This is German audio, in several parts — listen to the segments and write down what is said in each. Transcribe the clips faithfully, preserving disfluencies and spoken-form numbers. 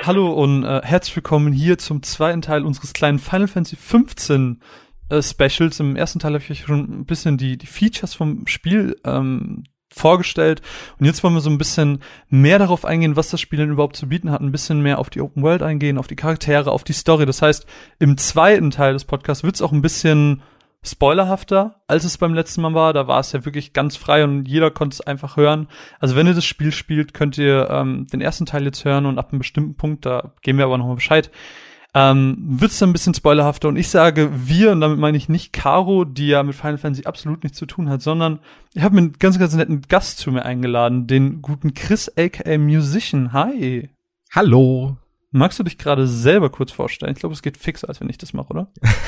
Hallo und äh, herzlich willkommen hier zum zweiten Teil unseres kleinen Final Fantasy fünfzehn äh, Specials. Im ersten Teil habe ich euch schon ein bisschen die, die Features vom Spiel ähm, vorgestellt. Und jetzt wollen wir so ein bisschen mehr darauf eingehen, was das Spiel denn überhaupt zu bieten hat. Ein bisschen mehr auf die Open World eingehen, auf die Charaktere, auf die Story. Das heißt, im zweiten Teil des Podcasts wird es auch ein bisschen spoilerhafter, als es beim letzten Mal war. Da war es ja wirklich ganz frei und jeder konnte es einfach hören. Also wenn ihr das Spiel spielt, könnt ihr ähm, den ersten Teil jetzt hören und ab einem bestimmten Punkt, da geben wir aber noch mal Bescheid, ähm, wird es dann ein bisschen spoilerhafter. Und ich sage wir, und damit meine ich nicht Caro, die ja mit Final Fantasy absolut nichts zu tun hat, sondern ich habe mir einen ganz, ganz netten Gast zu mir eingeladen, den guten Chris, aka Musician. Hi. Hallo. Magst du dich gerade selber kurz vorstellen? Ich glaube, es geht fixer, als wenn ich das mache, oder?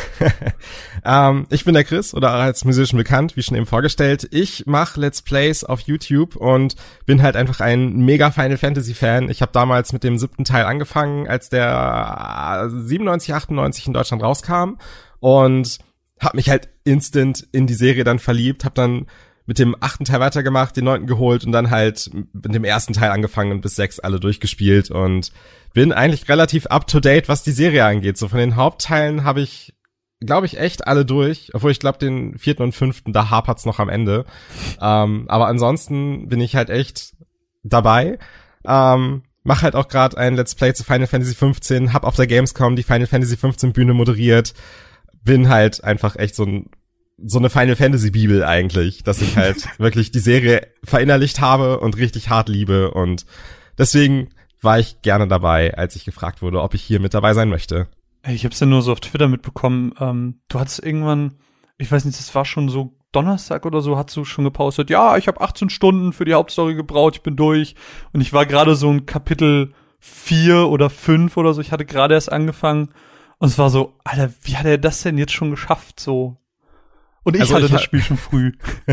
ähm, ich bin der Chris, oder als Musician bekannt, wie schon eben vorgestellt. Ich mache Let's Plays auf YouTube und bin halt einfach ein mega Final Fantasy Fan. Ich habe damals mit dem siebten Teil angefangen, als der siebenundneunzig, achtundneunzig in Deutschland rauskam und habe mich halt instant in die Serie dann verliebt, habe dann mit dem achten Teil weitergemacht, den neunten geholt und dann halt mit dem ersten Teil angefangen und bis sechs alle durchgespielt und bin eigentlich relativ up-to-date, was die Serie angeht. So von den Hauptteilen habe ich, glaube ich, echt alle durch. Obwohl ich glaube, den vierten und fünften, da hapert's noch am Ende. Ähm, aber ansonsten bin ich halt echt dabei. Ähm, mach halt auch gerade ein Let's Play zu Final Fantasy fünfzehn, hab auf der Gamescom die Final Fantasy fünfzehn Bühne moderiert. Bin halt einfach echt so ein so eine Final Fantasy Bibel eigentlich, dass ich halt wirklich die Serie verinnerlicht habe und richtig hart liebe und deswegen war ich gerne dabei, als ich gefragt wurde, ob ich hier mit dabei sein möchte. Ich hab's ja nur so auf Twitter mitbekommen. Ähm, du hattest irgendwann, ich weiß nicht, das war schon so Donnerstag oder so, hast du schon gepostet, ja, ich habe achtzehn Stunden für die Hauptstory gebraucht, ich bin durch. Und ich war gerade so in Kapitel vier oder fünf oder so, ich hatte gerade erst angefangen. Und es war so, Alter, wie hat er das denn jetzt schon geschafft, so? Und ich also hatte ich das Spiel schon früh.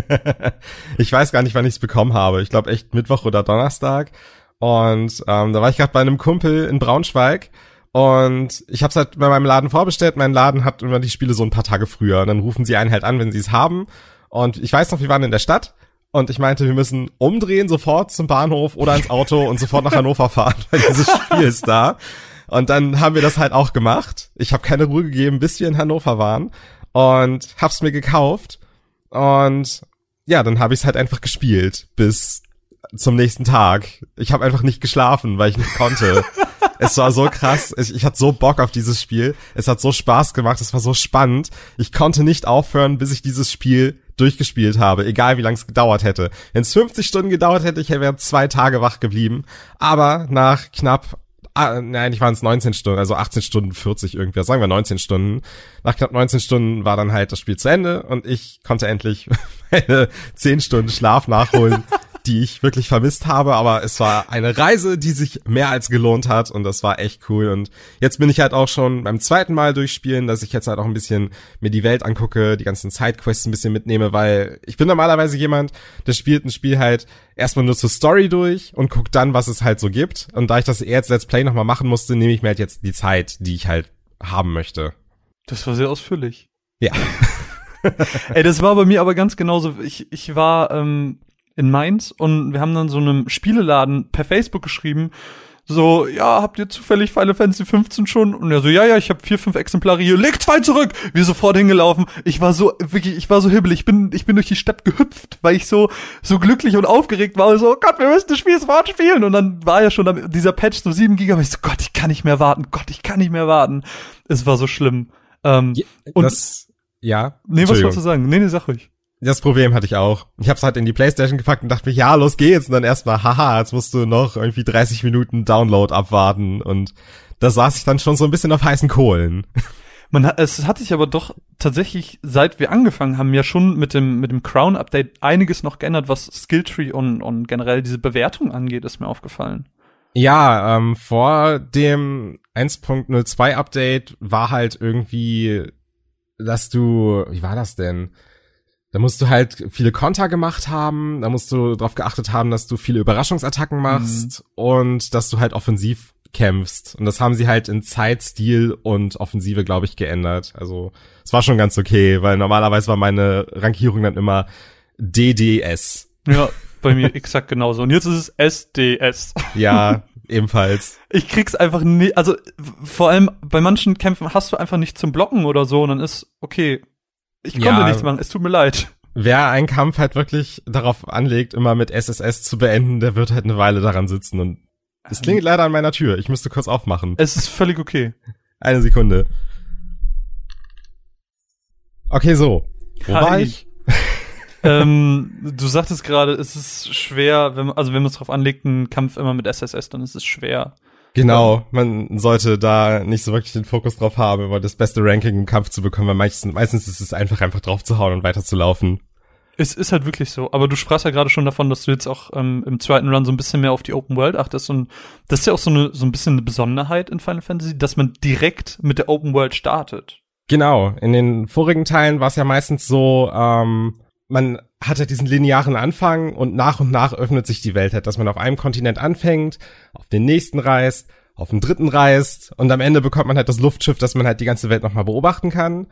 Ich weiß gar nicht, wann ich es bekommen habe. Ich glaube echt Mittwoch oder Donnerstag. Und ähm, da war ich gerade bei einem Kumpel in Braunschweig und ich habe es halt bei meinem Laden vorbestellt. Mein Laden hat immer die Spiele so ein paar Tage früher. Und dann rufen sie einen halt an, wenn sie es haben. Und ich weiß noch, wir waren in der Stadt und ich meinte, wir müssen umdrehen sofort zum Bahnhof oder ins Auto und sofort nach Hannover fahren, weil dieses Spiel ist da. Und dann haben wir das halt auch gemacht. Ich habe keine Ruhe gegeben, bis wir in Hannover waren und hab's mir gekauft. Und ja, dann habe ich es halt einfach gespielt bis zum nächsten Tag. Ich habe einfach nicht geschlafen, weil ich nicht konnte. Es war so krass. Ich, ich hatte so Bock auf dieses Spiel. Es hat so Spaß gemacht. Es war so spannend. Ich konnte nicht aufhören, bis ich dieses Spiel durchgespielt habe, egal wie lange es gedauert hätte. Wenn es fünfzig Stunden gedauert hätte, ich wäre zwei Tage wach geblieben. Aber nach knapp, ah, nein, ich waren es neunzehn Stunden, also achtzehn Stunden vierzig irgendwer, sagen wir neunzehn Stunden. Nach knapp neunzehn Stunden war dann halt das Spiel zu Ende und ich konnte endlich meine zehn Stunden Schlaf nachholen, die ich wirklich vermisst habe, aber es war eine Reise, die sich mehr als gelohnt hat und das war echt cool und jetzt bin ich halt auch schon beim zweiten Mal durchspielen, dass ich jetzt halt auch ein bisschen mir die Welt angucke, die ganzen Sidequests ein bisschen mitnehme, weil ich bin normalerweise jemand, der spielt ein Spiel halt erstmal nur zur Story durch und guckt dann, was es halt so gibt und da ich das eher als Let's Play nochmal machen musste, nehme ich mir halt jetzt die Zeit, die ich halt haben möchte. Das war sehr ausführlich. Ja. Ey, das war bei mir aber ganz genauso. Ich, ich war ähm, in Mainz und wir haben dann so einem Spieleladen per Facebook geschrieben, so, ja, habt ihr zufällig Final Fantasy fünfzehn schon? Und er so, ja, ja, ich habe vier, fünf Exemplare hier, leg zwei zurück! Wir sofort hingelaufen. Ich war so, wirklich, ich war so hibbelig. Ich bin, ich bin durch die Stadt gehüpft, weil ich so, so glücklich und aufgeregt war. Und so, Gott, wir müssen das Spiel sofort spielen. Und dann war ja schon dieser Patch so sieben Gigabyte. Ich so, Gott, ich kann nicht mehr warten. Gott, ich kann nicht mehr warten. Es war so schlimm. Ähm, ja, und das, ja. Nee, was wolltest du sagen? Nee, nee, sag ruhig. Das Problem hatte ich auch. Ich hab's halt in die PlayStation gepackt und dachte mir, ja, los geht's. Und dann erstmal, haha, jetzt musst du noch irgendwie dreißig Minuten Download abwarten. Und da saß ich dann schon so ein bisschen auf heißen Kohlen. Man hat, es hat sich aber doch tatsächlich, seit wir angefangen haben, ja schon mit dem mit dem Crown-Update einiges noch geändert, was Skilltree und, und generell diese Bewertung angeht, ist mir aufgefallen. Ja, ähm, vor dem eins Punkt null zwei Update war halt irgendwie, dass du, wie war das denn? Da musst du halt viele Konter gemacht haben, da musst du darauf geachtet haben, dass du viele Überraschungsattacken machst mhm. und dass du halt offensiv kämpfst. Und das haben sie halt in Zeit, Stil und Offensive, glaube ich, geändert. Also es war schon ganz okay, weil normalerweise war meine Rankierung dann immer D D S. Ja, bei mir exakt genauso. Und jetzt ist es S D S. Ja, ebenfalls. Ich krieg's einfach nie, also vor allem bei manchen Kämpfen hast du einfach nicht zum Blocken oder so und dann ist, okay, ich konnte Ja. nichts machen, es tut mir leid. Wer einen Kampf halt wirklich darauf anlegt, immer mit S S S zu beenden, der wird halt eine Weile daran sitzen und es klingelt leider an meiner Tür. Ich müsste kurz aufmachen. Es ist völlig okay. Eine Sekunde. Okay, so. Wo Hi. war ich? ähm, du sagtest gerade, es ist schwer, wenn man, also wenn man es drauf anlegt, einen Kampf immer mit S S S, dann ist es schwer. Genau, man sollte da nicht so wirklich den Fokus drauf haben, über das beste Ranking im Kampf zu bekommen, weil meistens, meistens ist es einfach, einfach drauf zu hauen und weiterzulaufen. Es ist halt wirklich so. Aber du sprachst ja gerade schon davon, dass du jetzt auch ähm, im zweiten Run so ein bisschen mehr auf die Open World achtest. Und das ist ja auch so eine so ein bisschen eine Besonderheit in Final Fantasy, dass man direkt mit der Open World startet. Genau, in den vorigen Teilen war es ja meistens so, ähm, man hat halt diesen linearen Anfang und nach und nach öffnet sich die Welt halt, dass man auf einem Kontinent anfängt, auf den nächsten reist, auf den dritten reist und am Ende bekommt man halt das Luftschiff, dass man halt die ganze Welt nochmal beobachten kann.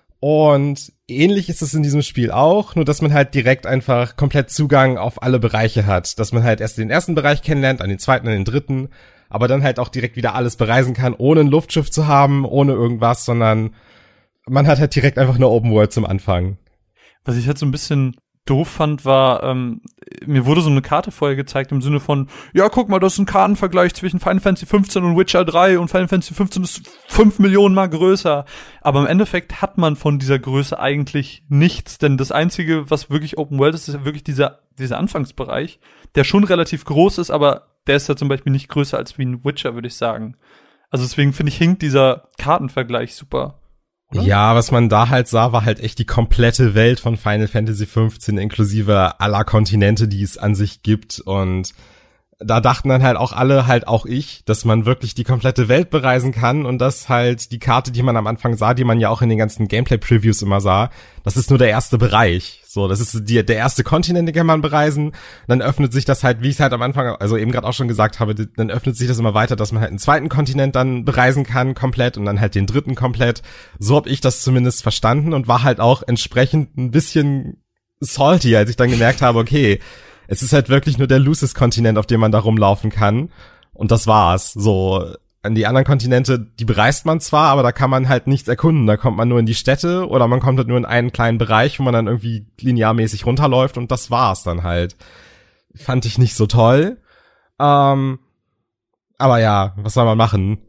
Und ähnlich ist es in diesem Spiel auch, nur dass man halt direkt einfach komplett Zugang auf alle Bereiche hat. Dass man halt erst den ersten Bereich kennenlernt, an den zweiten, an den dritten, aber dann halt auch direkt wieder alles bereisen kann, ohne ein Luftschiff zu haben, ohne irgendwas, sondern man hat halt direkt einfach eine Open World zum Anfang. Was ich halt so ein bisschen doof fand, war, ähm, mir wurde so eine Karte vorher gezeigt im Sinne von, ja, guck mal, das ist ein Kartenvergleich zwischen Final Fantasy fünfzehn und Witcher drei und Final Fantasy fünfzehn ist fünf Millionen mal größer. Aber im Endeffekt hat man von dieser Größe eigentlich nichts, denn das Einzige, was wirklich Open World ist, ist ja wirklich dieser, dieser Anfangsbereich, der schon relativ groß ist, aber der ist ja zum Beispiel nicht größer als wie ein Witcher, würde ich sagen. Also deswegen finde ich, hinkt dieser Kartenvergleich super. Oder? Ja, was man da halt sah, war halt echt die komplette Welt von Final Fantasy fünfzehn, inklusive aller Kontinente, die es an sich gibt. Und da dachten dann halt auch alle, halt auch ich, dass man wirklich die komplette Welt bereisen kann und dass halt die Karte, die man am Anfang sah, die man ja auch in den ganzen Gameplay-Previews immer sah, das ist nur der erste Bereich. So, das ist die, der erste Kontinent, den kann man bereisen. Dann öffnet sich das halt, wie ich es halt am Anfang, also eben gerade auch schon gesagt habe, dann öffnet sich das immer weiter, dass man halt einen zweiten Kontinent dann bereisen kann komplett und dann halt den dritten komplett. So habe ich das zumindest verstanden und war halt auch entsprechend ein bisschen salty, als ich dann gemerkt habe, okay, es ist halt wirklich nur der Lucis-Kontinent, auf dem man da rumlaufen kann. Und das war's. So, an die anderen Kontinente, die bereist man zwar, aber da kann man halt nichts erkunden. Da kommt man nur in die Städte oder man kommt halt nur in einen kleinen Bereich, wo man dann irgendwie linearmäßig runterläuft und das war's dann halt. Fand ich nicht so toll. Ähm, aber ja, was soll man machen?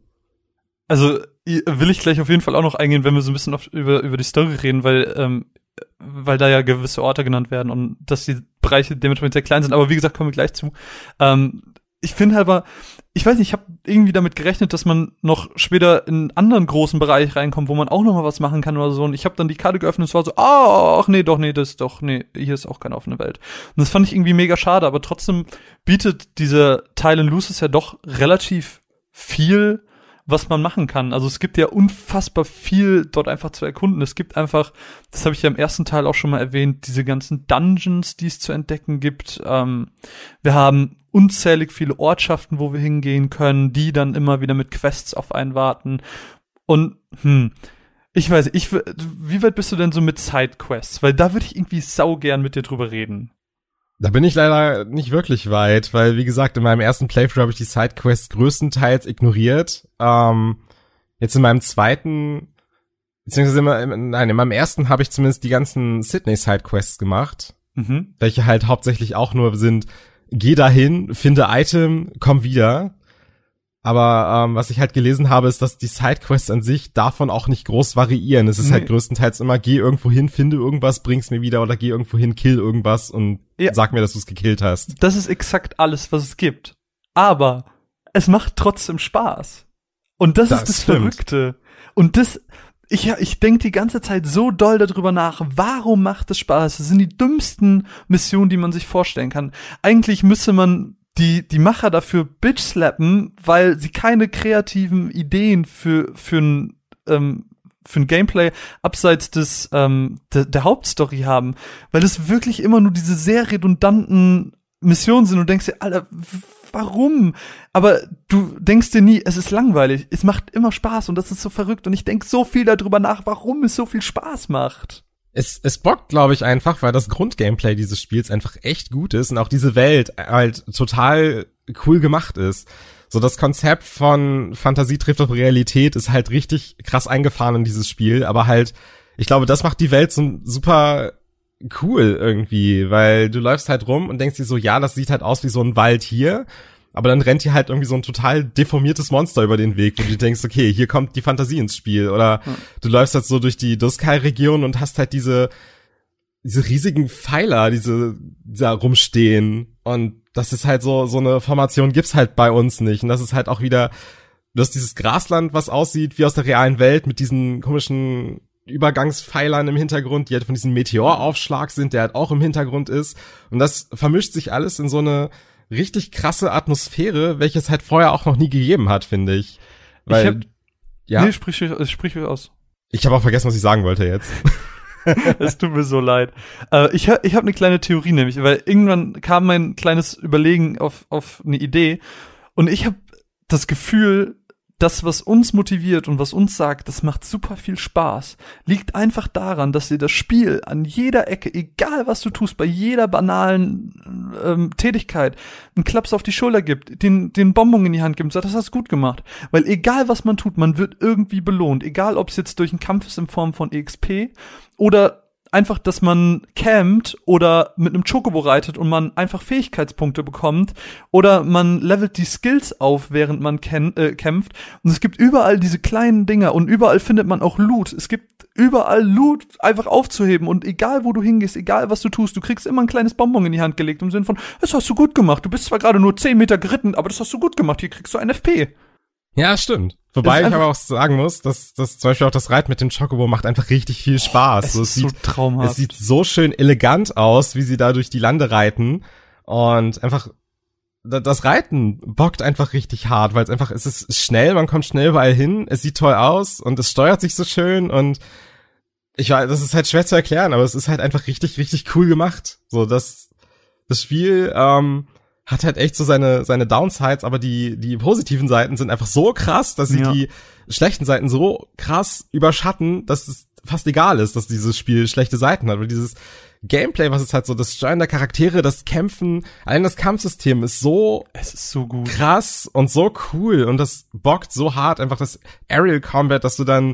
Also will ich gleich auf jeden Fall auch noch eingehen, wenn wir so ein bisschen auf, über, über die Story reden, weil ähm, weil da ja gewisse Orte genannt werden und dass die Bereiche dementsprechend sehr klein sind. Aber wie gesagt, kommen wir gleich zu. Ähm, ich finde halt aber, ich weiß nicht, ich habe irgendwie damit gerechnet, dass man noch später in einen anderen großen Bereich reinkommt, wo man auch noch mal was machen kann oder so. Und ich habe dann die Karte geöffnet und es war so, ach nee, doch, nee, das ist doch, nee, hier ist auch keine offene Welt. Und das fand ich irgendwie mega schade, aber trotzdem bietet dieser Teil in Lucis ja doch relativ viel, was man machen kann. Also es gibt ja unfassbar viel dort einfach zu erkunden. Es gibt einfach, das habe ich ja im ersten Teil auch schon mal erwähnt, diese ganzen Dungeons, die es zu entdecken gibt. Ähm, wir haben unzählig viele Ortschaften, wo wir hingehen können, die dann immer wieder mit Quests auf einen warten. Und hm, ich weiß, ich wie weit bist du denn so mit Sidequests? Weil da würde ich irgendwie sau gern mit dir drüber reden. Da bin ich leider nicht wirklich weit, weil, wie gesagt, in meinem ersten Playthrough habe ich die Sidequests größtenteils ignoriert. Ähm, jetzt in meinem zweiten, beziehungsweise in, nein, in meinem ersten habe ich zumindest die ganzen Sydney-Sidequests gemacht, Mhm. welche halt hauptsächlich auch nur sind, geh dahin, finde Item, komm wieder. Aber ähm, was ich halt gelesen habe, ist, dass die Sidequests an sich davon auch nicht groß variieren. Es ist Nee. halt größtenteils immer, geh irgendwo hin, finde irgendwas, bring's mir wieder oder geh irgendwo hin, kill irgendwas und Ja. sag mir, dass du's gekillt hast. Das ist exakt alles, was es gibt. Aber es macht trotzdem Spaß. Und das, Das ist das stimmt. Verrückte. Und das, ich, ich denke die ganze Zeit so doll darüber nach, warum macht es Spaß? Das sind die dümmsten Missionen, die man sich vorstellen kann. Eigentlich müsste man die, die Macher dafür bitch slappen, weil sie keine kreativen Ideen für, für ein, ähm, für ein Gameplay abseits des ähm, de, der Hauptstory haben, weil es wirklich immer nur diese sehr redundanten Missionen sind und du denkst dir, Alter, w- warum? Aber du denkst dir nie, es ist langweilig. Es macht immer Spaß und das ist so verrückt und ich denk so viel darüber nach, warum es so viel Spaß macht. Es, es bockt, glaube ich, einfach, weil das Grundgameplay dieses Spiels einfach echt gut ist und auch diese Welt halt total cool gemacht ist. So das Konzept von Fantasie trifft auf Realität ist halt richtig krass eingefahren in dieses Spiel, aber halt, ich glaube, das macht die Welt so super cool irgendwie, weil du läufst halt rum und denkst dir so, ja, das sieht halt aus wie so ein Wald hier, aber dann rennt dir halt irgendwie so ein total deformiertes Monster über den Weg, wo du denkst, okay, hier kommt die Fantasie ins Spiel, oder hm. du läufst halt so durch die Duskai-Region und hast halt diese diese riesigen Pfeiler, diese, die da rumstehen, und das ist halt so, so eine Formation gibt's halt bei uns nicht, und das ist halt auch wieder, du hast dieses Grasland, was aussieht wie aus der realen Welt, mit diesen komischen Übergangspfeilern im Hintergrund, die halt von diesem Meteoraufschlag sind, der halt auch im Hintergrund ist. Und das vermischt sich alles in so eine richtig krasse Atmosphäre, welches halt vorher auch noch nie gegeben hat, finde ich. Weil, ich hab, ja. Nee, sprich, sprich aus. Ich habe auch vergessen, was ich sagen wollte jetzt. Es tut mir so leid. Äh, ich habe ich hab eine kleine Theorie nämlich, weil irgendwann kam mein kleines Überlegen auf, auf eine Idee, und ich habe das Gefühl, das, was uns motiviert und was uns sagt, das macht super viel Spaß, liegt einfach daran, dass dir das Spiel an jeder Ecke, egal was du tust, bei jeder banalen ähm, Tätigkeit, einen Klaps auf die Schulter gibt, den, den Bonbon in die Hand gibt und sagt, das hast du gut gemacht. Weil egal was man tut, man wird irgendwie belohnt. Egal, ob es jetzt durch einen Kampf ist in Form von E X P oder einfach, dass man campt oder mit einem Chocobo reitet und man einfach Fähigkeitspunkte bekommt, oder man levelt die Skills auf, während man ken- äh, kämpft. Und es gibt überall diese kleinen Dinger, und überall findet man auch Loot. Es gibt überall Loot einfach aufzuheben, und egal wo du hingehst, egal was du tust, du kriegst immer ein kleines Bonbon in die Hand gelegt im Sinne von, das hast du gut gemacht. Du bist zwar gerade nur zehn Meter geritten, aber das hast du gut gemacht. Hier kriegst du ein F P. Ja, stimmt. Wobei ich aber auch sagen muss, dass, dass zum Beispiel auch das Reiten mit dem Chocobo macht einfach richtig viel Spaß. Oh, es so, ist es sieht, so traumhaft. Es sieht so schön elegant aus, wie sie da durch die Lande reiten. Und einfach, das Reiten bockt einfach richtig hart, weil es einfach, es ist schnell, man kommt schnell überall hin, es sieht toll aus und es steuert sich so schön, und ich weiß, das ist halt schwer zu erklären, aber es ist halt einfach richtig, richtig cool gemacht. So, das, das Spiel, ähm, hat halt echt so seine seine Downsides, aber die die positiven Seiten sind einfach so krass, dass sie ja. die schlechten Seiten so krass überschatten, dass es fast egal ist, dass dieses Spiel schlechte Seiten hat. Weil dieses Gameplay, was es halt so, das Steuern der Charaktere, das Kämpfen, allein das Kampfsystem ist so es ist so gut, krass und so cool, und das bockt so hart, einfach das Aerial Combat, dass du dann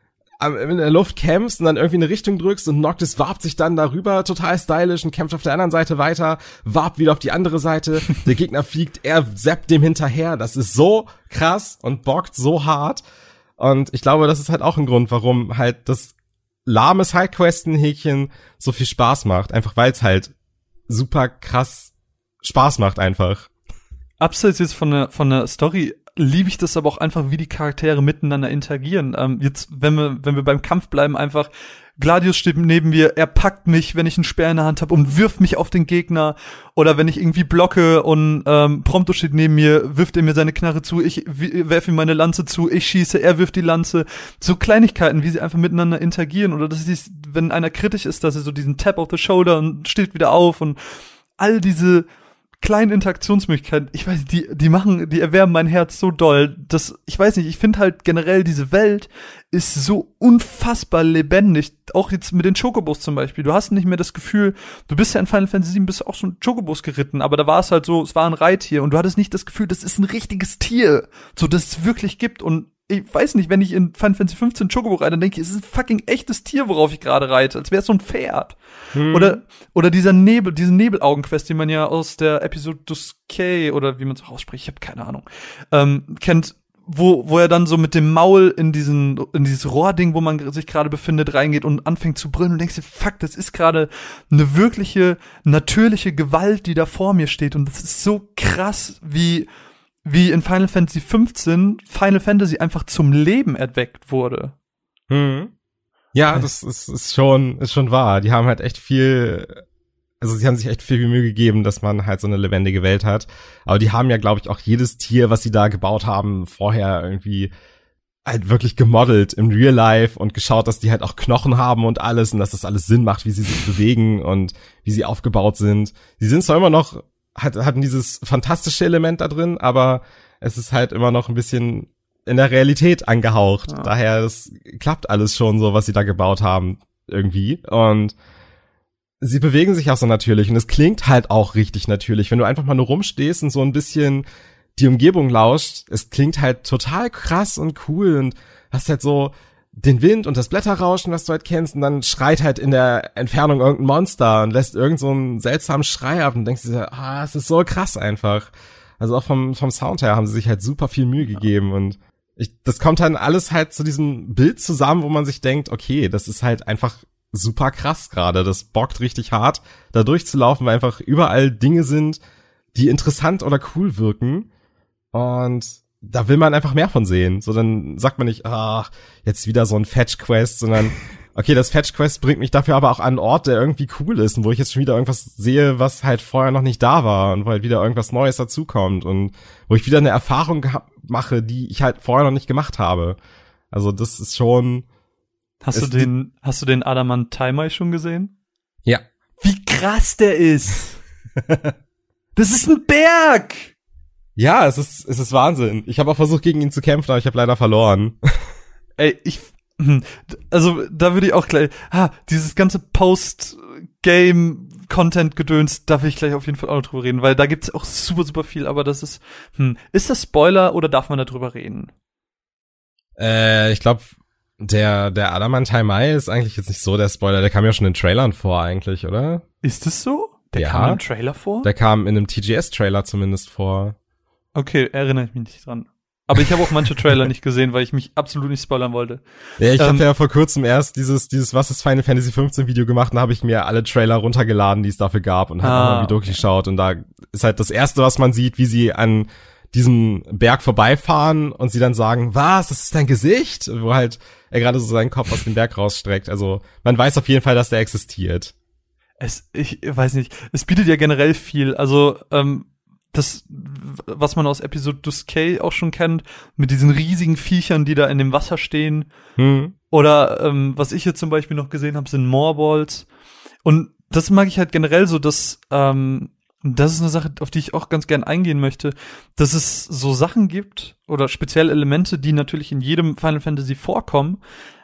in der Luft kämpfst und dann irgendwie eine Richtung drückst und Noctis warpt sich dann darüber, total stylisch, und kämpft auf der anderen Seite weiter, warpt wieder auf die andere Seite, der Gegner fliegt, er zappt dem hinterher, das ist so krass und bockt so hart, und ich glaube, das ist halt auch ein Grund, warum halt das lahme Sidequesten-Häkchen so viel Spaß macht, einfach weil es halt super krass Spaß macht einfach. Abseits jetzt von der, von der Story liebe ich das aber auch einfach, wie die Charaktere miteinander interagieren. Ähm, jetzt, wenn wir, wenn wir beim Kampf bleiben, einfach, Gladius steht neben mir, er packt mich, wenn ich einen Speer in der Hand habe, und wirft mich auf den Gegner. Oder wenn ich irgendwie blocke und ähm, Prompto steht neben mir, wirft er mir seine Knarre zu, ich werfe ihm meine Lanze zu, ich schieße, er wirft die Lanze. So Kleinigkeiten, wie sie einfach miteinander interagieren. Oder dass sie, wenn einer kritisch ist, dass er so diesen Tap auf the Shoulder und steht wieder auf, und all diese kleinen Interaktionsmöglichkeiten, ich weiß nicht, die, die machen, die erwärmen mein Herz so doll, dass, ich weiß nicht, ich finde halt generell, diese Welt ist so unfassbar lebendig, auch jetzt mit den Chocobos zum Beispiel, du hast nicht mehr das Gefühl, du bist ja in Final Fantasy sieben, bist du auch so ein Chocobos geritten, aber da war es halt so, es war ein Reittier, und du hattest nicht das Gefühl, das ist ein richtiges Tier, so, das es wirklich gibt, und ich weiß nicht, wenn ich in Final Fantasy fünfzehn Chocobo reite, dann denke ich, es ist ein fucking echtes Tier, worauf ich gerade reite, als wäre es so ein Pferd. Hm. Oder, oder dieser Nebel, diese Nebelaugenquest, die man ja aus der Episode Duskai, oder wie man es auch ausspricht, ich habe keine Ahnung, ähm, kennt, wo, wo er dann so mit dem Maul in diesen, in dieses Rohrding, wo man sich gerade befindet, reingeht und anfängt zu brüllen, und denkst dir, fuck, das ist gerade eine wirkliche, natürliche Gewalt, die da vor mir steht, und das ist so krass, wie, wie in Final Fantasy fünfzehn Final Fantasy einfach zum Leben erweckt wurde. Hm. Ja, das ist, ist schon, ist schon wahr. Die haben halt echt viel, also sie haben sich echt viel Mühe gegeben, dass man halt so eine lebendige Welt hat. Aber die haben ja, glaube ich, auch jedes Tier, was sie da gebaut haben, vorher irgendwie halt wirklich gemodelt im Real Life und geschaut, dass die halt auch Knochen haben und alles, und dass das alles Sinn macht, wie sie sich bewegen und wie sie aufgebaut sind. Sie sind zwar immer noch Hat, hatten dieses fantastische Element da drin, aber es ist halt immer noch ein bisschen in der Realität angehaucht. Ja. Daher, das klappt alles schon so, was sie da gebaut haben, irgendwie. Und sie bewegen sich auch so natürlich, und es klingt halt auch richtig natürlich. Wenn du einfach mal nur rumstehst und so ein bisschen die Umgebung lauscht, es klingt halt total krass und cool und hast halt so den Wind und das Blätterrauschen, was du halt kennst, und dann schreit halt in der Entfernung irgendein Monster und lässt irgend so einen seltsamen Schrei ab und denkst dir, ah, es ist so krass einfach. Also auch vom vom Sound her haben sie sich halt super viel Mühe gegeben und ich, das kommt dann alles halt zu diesem Bild zusammen, wo man sich denkt, okay, das ist halt einfach super krass gerade, das bockt richtig hart, da durchzulaufen, weil einfach überall Dinge sind, die interessant oder cool wirken und da will man einfach mehr von sehen. So, dann sagt man nicht, ach, jetzt wieder so ein Fetch-Quest, sondern, okay, das Fetch-Quest bringt mich dafür aber auch an einen Ort, der irgendwie cool ist und wo ich jetzt schon wieder irgendwas sehe, was halt vorher noch nicht da war und wo halt wieder irgendwas Neues dazukommt und wo ich wieder eine Erfahrung mache, die ich halt vorher noch nicht gemacht habe. Also das ist schon... Hast du den, hast du den Adamant Taimai schon gesehen? Ja. Wie krass der ist! Das ist ein Berg! Ja, es ist es ist Wahnsinn. Ich habe auch versucht, gegen ihn zu kämpfen, aber ich habe leider verloren. Ey, ich, also da würde ich auch gleich, ah, dieses ganze Post-Game-Content-Gedöns, da will ich gleich auf jeden Fall auch noch drüber reden, weil da gibt's auch super, super viel, aber das ist, hm, ist das Spoiler oder darf man da drüber reden? Äh, ich glaube, der der Adamant Taimai ist eigentlich jetzt nicht so der Spoiler, der kam ja schon in Trailern vor eigentlich, oder? Ist es so? Der ja, kam im Trailer vor? Der kam in einem T G S-Trailer zumindest vor. Okay, erinnere ich mich nicht dran. Aber ich habe auch manche Trailer nicht gesehen, weil ich mich absolut nicht spoilern wollte. Ja, ich ähm, habe ja vor kurzem erst dieses, dieses Was ist Final Fantasy fünfzehn Video gemacht und da habe ich mir alle Trailer runtergeladen, die es dafür gab und habe ah, nochmal wieder durchgeschaut. Und da ist halt das Erste, was man sieht, wie sie an diesem Berg vorbeifahren und sie dann sagen, was, das ist dein Gesicht? Wo halt er gerade so seinen Kopf aus dem Berg rausstreckt. Also man weiß auf jeden Fall, dass der existiert. Es, ich weiß nicht, es bietet ja generell viel. Also, ähm, das, was man aus Episode Duskay auch schon kennt, mit diesen riesigen Viechern, die da in dem Wasser stehen. Hm. Oder ähm, was ich jetzt zum Beispiel noch gesehen habe, sind Moorballs. Und das mag ich halt generell so, dass ähm, das ist eine Sache, auf die ich auch ganz gern eingehen möchte, dass es so Sachen gibt oder spezielle Elemente, die natürlich in jedem Final Fantasy vorkommen,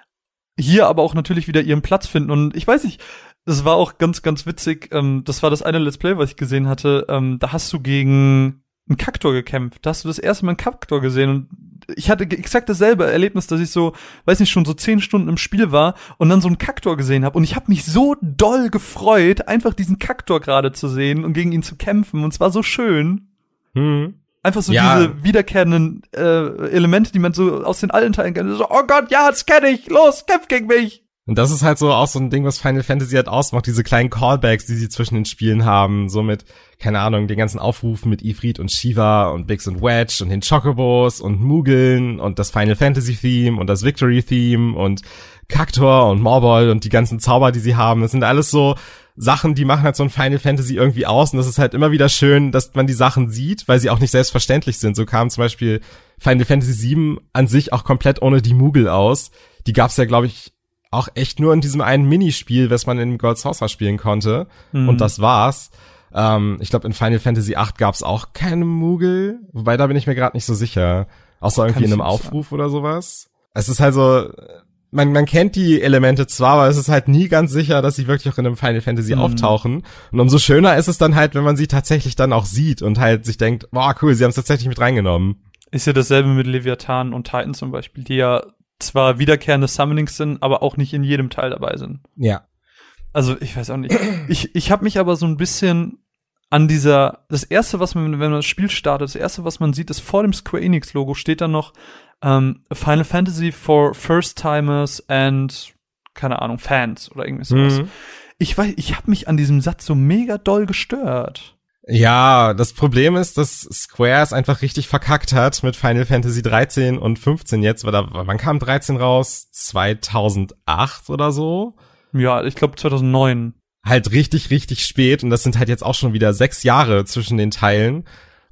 hier aber auch natürlich wieder ihren Platz finden. Und ich weiß nicht, das war auch ganz, ganz witzig. Ähm, das war das eine Let's Play, was ich gesehen hatte. Ähm, da hast du gegen einen Kaktor gekämpft. Da hast du das erste Mal einen Kaktor gesehen. Und ich hatte exakt dasselbe Erlebnis, dass ich so, weiß nicht, schon so zehn Stunden im Spiel war und dann so einen Kaktor gesehen habe. Und ich habe mich so doll gefreut, einfach diesen Kaktor gerade zu sehen und gegen ihn zu kämpfen. Und es war so schön. Hm. Einfach so ja. diese wiederkehrenden äh, Elemente, die man so aus den alten Teilen kennt. So, oh Gott, ja, das kenne ich. Los, kämpf gegen mich. Und das ist halt so auch so ein Ding, was Final Fantasy halt ausmacht, diese kleinen Callbacks, die sie zwischen den Spielen haben, so mit, keine Ahnung, den ganzen Aufrufen mit Ifrit und Shiva und Biggs und Wedge und den Chocobos und Mugeln und das Final Fantasy Theme und das Victory Theme und Kaktor und Morbol und die ganzen Zauber, die sie haben. Das sind alles so Sachen, die machen halt so ein Final Fantasy irgendwie aus und das ist halt immer wieder schön, dass man die Sachen sieht, weil sie auch nicht selbstverständlich sind. So kam zum Beispiel Final Fantasy sieben an sich auch komplett ohne die Mugel aus. Die gab's ja, glaube ich, auch echt nur in diesem einen Minispiel, was man in Gold Saucer spielen konnte. Mhm. Und das war's. Ähm, ich glaube, in Final Fantasy acht gab's auch keine Mugel. Wobei, da bin ich mir gerade nicht so sicher. Außer irgendwie in einem Aufruf sagen. Oder sowas. Es ist halt so, man, man kennt die Elemente zwar, aber es ist halt nie ganz sicher, dass sie wirklich auch in einem Final Fantasy mhm. auftauchen. Und umso schöner ist es dann halt, wenn man sie tatsächlich dann auch sieht und halt sich denkt, boah, cool, sie haben es tatsächlich mit reingenommen. Ist ja dasselbe mit Leviathan und Titan zum Beispiel, die ja zwar wiederkehrende Summonings sind, aber auch nicht in jedem Teil dabei sind. Ja. Also, ich weiß auch nicht. Ich, ich habe mich aber so ein bisschen an dieser, das erste, was man, wenn man das Spiel startet, das erste, was man sieht, ist vor dem Square Enix Logo steht dann noch ähm, Final Fantasy for First-Timers and, keine Ahnung, Fans oder irgendwie sowas. Mhm. Ich weiß, ich habe mich an diesem Satz so mega doll gestört. Ja, das Problem ist, dass Square es einfach richtig verkackt hat mit Final Fantasy dreizehn und fünfzehn jetzt, weil da, wann kam dreizehn raus? zweitausendacht oder so? Ja, ich glaube zweitausendneun. Halt richtig, richtig spät und das sind halt jetzt auch schon wieder sechs Jahre zwischen den Teilen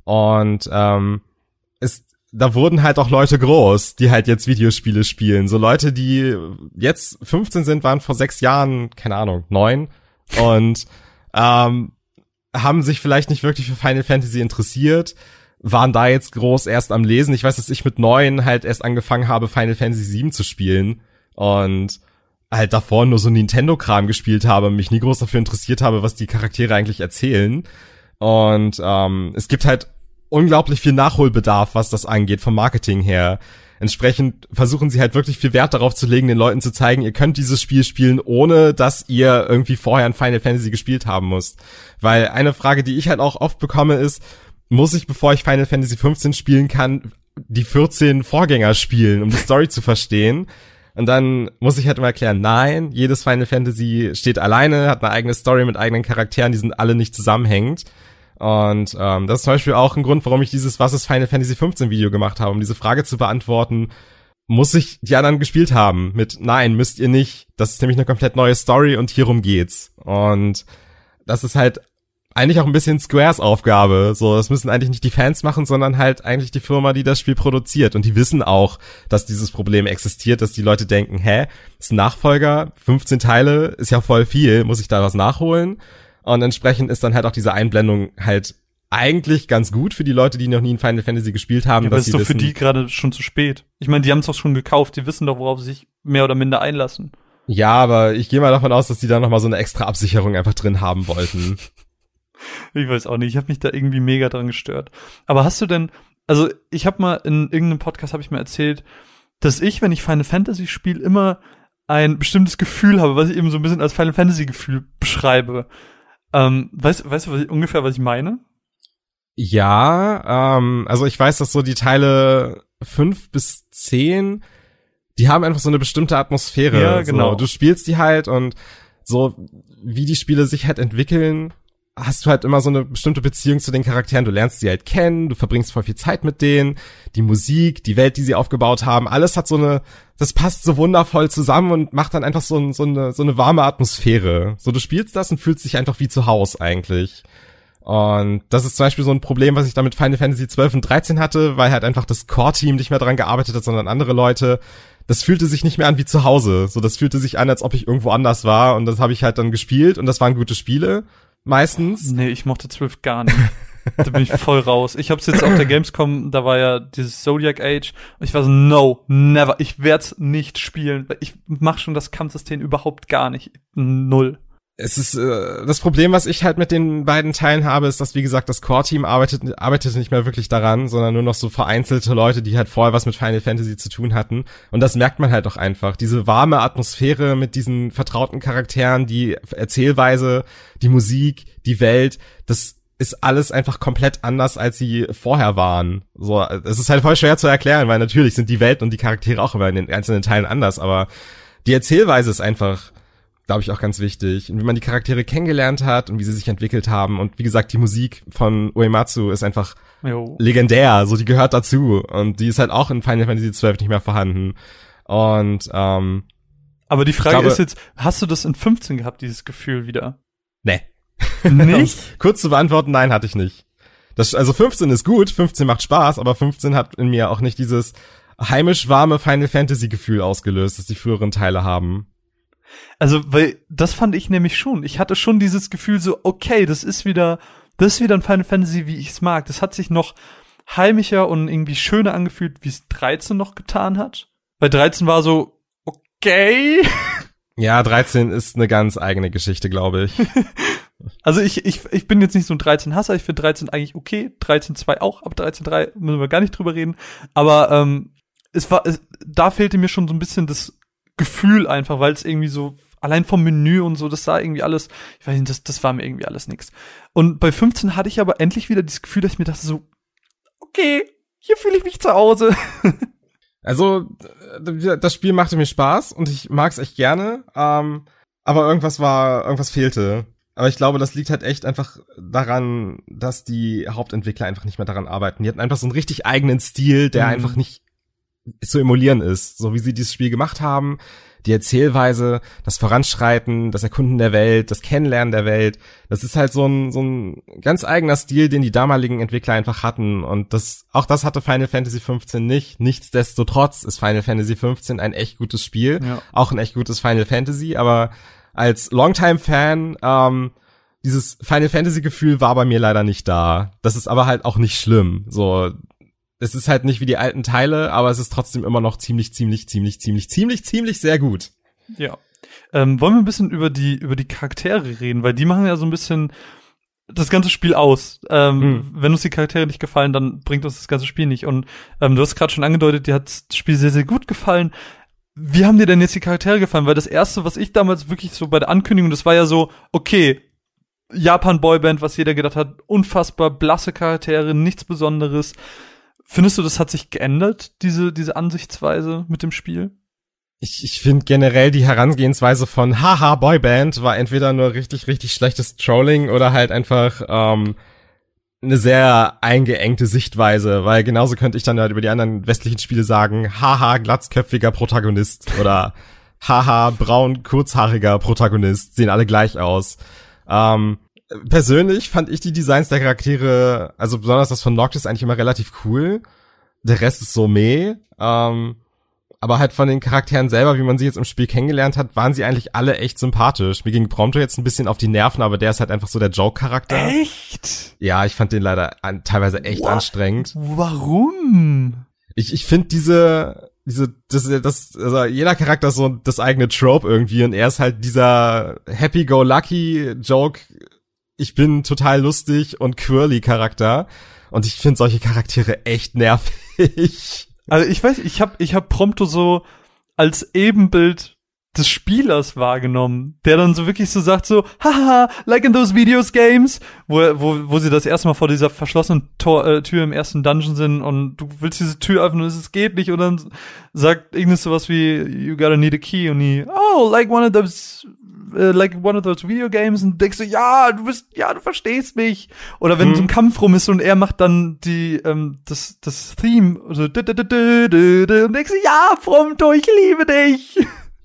und ähm, es, da wurden halt auch Leute groß, die halt jetzt Videospiele spielen. So Leute, die jetzt fünfzehn sind, waren vor sechs Jahren, keine Ahnung, neun und ähm, haben sich vielleicht nicht wirklich für Final Fantasy interessiert, waren da jetzt groß erst am Lesen. Ich weiß, dass ich mit neun halt erst angefangen habe, Final Fantasy sieben zu spielen und halt davor nur so Nintendo-Kram gespielt habe, mich nie groß dafür interessiert habe, was die Charaktere eigentlich erzählen. Und ähm, es gibt halt unglaublich viel Nachholbedarf, was das angeht, vom Marketing her. Entsprechend versuchen sie halt wirklich viel Wert darauf zu legen, den Leuten zu zeigen, ihr könnt dieses Spiel spielen, ohne dass ihr irgendwie vorher ein Final Fantasy gespielt haben müsst. Weil eine Frage, die ich halt auch oft bekomme, ist, muss ich, bevor ich Final Fantasy fünfzehn spielen kann, die vierzehn Vorgänger spielen, um die Story zu verstehen? Und dann muss ich halt immer erklären, nein, jedes Final Fantasy steht alleine, hat eine eigene Story mit eigenen Charakteren, die sind alle nicht zusammenhängend. Und ähm, das ist zum Beispiel auch ein Grund, warum ich dieses Was ist Final Fantasy fünfzehn Video gemacht habe, um diese Frage zu beantworten, muss ich die anderen gespielt haben? Mit nein, müsst ihr nicht. Das ist nämlich eine komplett neue Story und hierum geht's. Und das ist halt eigentlich auch ein bisschen Squares Aufgabe. So, das müssen eigentlich nicht die Fans machen, sondern halt eigentlich die Firma, die das Spiel produziert. Und die wissen auch, dass dieses Problem existiert, dass die Leute denken, hä, ist ein Nachfolger, fünfzehn Teile, ist ja voll viel, muss ich da was nachholen? Und entsprechend ist dann halt auch diese Einblendung halt eigentlich ganz gut für die Leute, die noch nie ein Final Fantasy gespielt haben. Ja, aber dass ist sie doch für wissen, die gerade schon zu spät. Ich meine, die haben es doch schon gekauft, die wissen doch, worauf sie sich mehr oder minder einlassen. Ja, aber ich gehe mal davon aus, dass die da nochmal so eine extra Absicherung einfach drin haben wollten. Ich weiß auch nicht, ich habe mich da irgendwie mega dran gestört. Aber hast du denn, also ich habe mal in irgendeinem Podcast habe ich mal erzählt, dass ich, wenn ich Final Fantasy spiele, immer ein bestimmtes Gefühl habe, was ich eben so ein bisschen als Final Fantasy Gefühl beschreibe. Ähm, weißt, weißt du was ich, ungefähr, was ich meine? Ja, ähm, also ich weiß, dass so die Teile fünf bis zehn, die haben einfach so eine bestimmte Atmosphäre. Ja, genau. So, du spielst die halt und so, wie die Spiele sich halt entwickeln, hast du halt immer so eine bestimmte Beziehung zu den Charakteren. Du lernst sie halt kennen, du verbringst voll viel Zeit mit denen, die Musik, die Welt, die sie aufgebaut haben, alles hat so eine, das passt so wundervoll zusammen und macht dann einfach so, ein, so eine so eine warme Atmosphäre. So, du spielst das und fühlst dich einfach wie zu Hause eigentlich. Und das ist zum Beispiel so ein Problem, was ich da mit Final Fantasy zwölf und dreizehn hatte, weil halt einfach das Core-Team nicht mehr dran gearbeitet hat, sondern andere Leute. Das fühlte sich nicht mehr an wie zu Hause. So, das fühlte sich an, als ob ich irgendwo anders war. Und das habe ich halt dann gespielt und das waren gute Spiele. Meistens. Nee, ich mochte zwölf gar nicht. Da bin ich voll raus. Ich hab's jetzt auf der Gamescom, da war ja dieses Zodiac Age. Und ich war so, no, never. Ich werd's nicht spielen. Ich mach schon das Kampfsystem überhaupt gar nicht. Null. Es ist äh, das Problem, was ich halt mit den beiden Teilen habe, ist, dass, wie gesagt, das Core-Team arbeitet, arbeitet nicht mehr wirklich daran, sondern nur noch so vereinzelte Leute, die halt vorher was mit Final Fantasy zu tun hatten. Und das merkt man halt auch einfach. Diese warme Atmosphäre mit diesen vertrauten Charakteren, die Erzählweise, die Musik, die Welt, das ist alles einfach komplett anders, als sie vorher waren. So, es ist halt voll schwer zu erklären, weil natürlich sind die Welt und die Charaktere auch immer in den einzelnen Teilen anders, aber die Erzählweise ist einfach, glaube ich, auch ganz wichtig. Und wie man die Charaktere kennengelernt hat und wie sie sich entwickelt haben. Und wie gesagt, die Musik von Uematsu ist einfach Jo. legendär. So, die gehört dazu. Und die ist halt auch in Final Fantasy zwölf nicht mehr vorhanden. Und, ähm, Aber die Frage glaube, ist jetzt, hast du das in fünfzehn gehabt, dieses Gefühl wieder? nee. Nicht? Kurz zu beantworten, nein, hatte ich nicht. Das, also fünfzehn ist gut, fünfzehn macht Spaß, aber fünfzehn hat in mir auch nicht dieses heimisch warme Final Fantasy Gefühl ausgelöst, das die früheren Teile haben. Also, weil das fand ich nämlich schon. Ich hatte schon dieses Gefühl so, okay, das ist wieder, das ist wieder ein Final Fantasy, wie ich es mag. Das hat sich noch heimischer und irgendwie schöner angefühlt, wie es dreizehn noch getan hat. Weil dreizehn war so, okay. Ja, dreizehn ist eine ganz eigene Geschichte, glaube ich. Also ich, ich, ich bin jetzt nicht so ein dreizehn-Hasser, ich finde dreizehn eigentlich okay, dreizehn Punkt zwei auch, aber dreizehn Punkt drei müssen wir gar nicht drüber reden. Aber ähm, es war, es, da fehlte mir schon so ein bisschen das Gefühl einfach, weil es irgendwie so, allein vom Menü und so, das sah irgendwie alles, ich weiß nicht, das, das war mir irgendwie alles nix. Und bei fünfzehn hatte ich aber endlich wieder dieses Gefühl, dass ich mir dachte so, okay, hier fühle ich mich zu Hause. Also, das Spiel machte mir Spaß und ich mag es echt gerne, ähm, aber irgendwas war, irgendwas fehlte. Aber ich glaube, das liegt halt echt einfach daran, dass die Hauptentwickler einfach nicht mehr daran arbeiten. Die hatten einfach so einen richtig eigenen Stil, der mhm. einfach nicht zu emulieren ist. So wie sie dieses Spiel gemacht haben, die Erzählweise, das Voranschreiten, das Erkunden der Welt, das Kennenlernen der Welt. Das ist halt so ein, so ein ganz eigener Stil, den die damaligen Entwickler einfach hatten. Und das, auch das hatte Final Fantasy fünfzehn nicht. Nichtsdestotrotz ist Final Fantasy fünfzehn ein echt gutes Spiel. Ja. Auch ein echt gutes Final Fantasy, aber als Longtime-Fan, ähm, dieses Final Fantasy-Gefühl war bei mir leider nicht da. Das ist aber halt auch nicht schlimm. So, es ist halt nicht wie die alten Teile, aber es ist trotzdem immer noch ziemlich, ziemlich, ziemlich, ziemlich, ziemlich, ziemlich sehr gut. Ja. Ähm, wollen wir ein bisschen über die, über die Charaktere reden, weil die machen ja so ein bisschen das ganze Spiel aus. Ähm, hm. Wenn uns die Charaktere nicht gefallen, dann bringt uns das ganze Spiel nicht. Und ähm, du hast gerade schon angedeutet, dir hat das Spiel sehr, sehr gut gefallen. Wie haben dir denn jetzt die Charaktere gefallen? Weil das Erste, was ich damals wirklich so bei der Ankündigung, das war ja so, okay, Japan-Boyband, was jeder gedacht hat, unfassbar blasse Charaktere, nichts Besonderes. Findest du, das hat sich geändert, diese diese Ansichtsweise mit dem Spiel? Ich, ich finde generell die Herangehensweise von Haha Boyband war entweder nur richtig, richtig schlechtes Trolling oder halt einfach ähm, eine sehr eingeengte Sichtweise, weil genauso könnte ich dann halt über die anderen westlichen Spiele sagen, Haha glatzköpfiger Protagonist oder Haha braun kurzhaariger Protagonist, sehen alle gleich aus. Ähm, persönlich fand ich die Designs der Charaktere, also besonders das von Noctis, eigentlich immer relativ cool. Der Rest ist so meh. Ähm, aber halt von den Charakteren selber, wie man sie jetzt im Spiel kennengelernt hat, waren sie eigentlich alle echt sympathisch. Mir ging Prompto jetzt ein bisschen auf die Nerven, aber der ist halt einfach so der Joke-Charakter. Echt? Ja, ich fand den leider an, teilweise echt What? anstrengend. Warum? Ich, ich finde diese, diese, das, das, also jeder Charakter ist so das eigene Trope irgendwie und er ist halt dieser Happy-Go-Lucky-Joke, ich bin total lustig und quirly Charakter und ich finde solche Charaktere echt nervig. Also ich weiß, ich hab, ich hab Prompto so als Ebenbild des Spielers wahrgenommen, der dann so wirklich so sagt so, haha, like in those videos games, wo, wo, wo sie das erste Mal vor dieser verschlossenen Tor, äh, Tür im ersten Dungeon sind und du willst diese Tür öffnen und es geht nicht und dann sagt irgendwas sowas wie, you gotta need a key und die, oh, like one of those, uh, like one of those video games und denkst du, ja, du bist, ja, du verstehst mich. Oder wenn hm. so ein Kampf rum ist und er macht dann die, ähm, das, das Theme, so, und denkst du, ja, Prompto, ich liebe dich.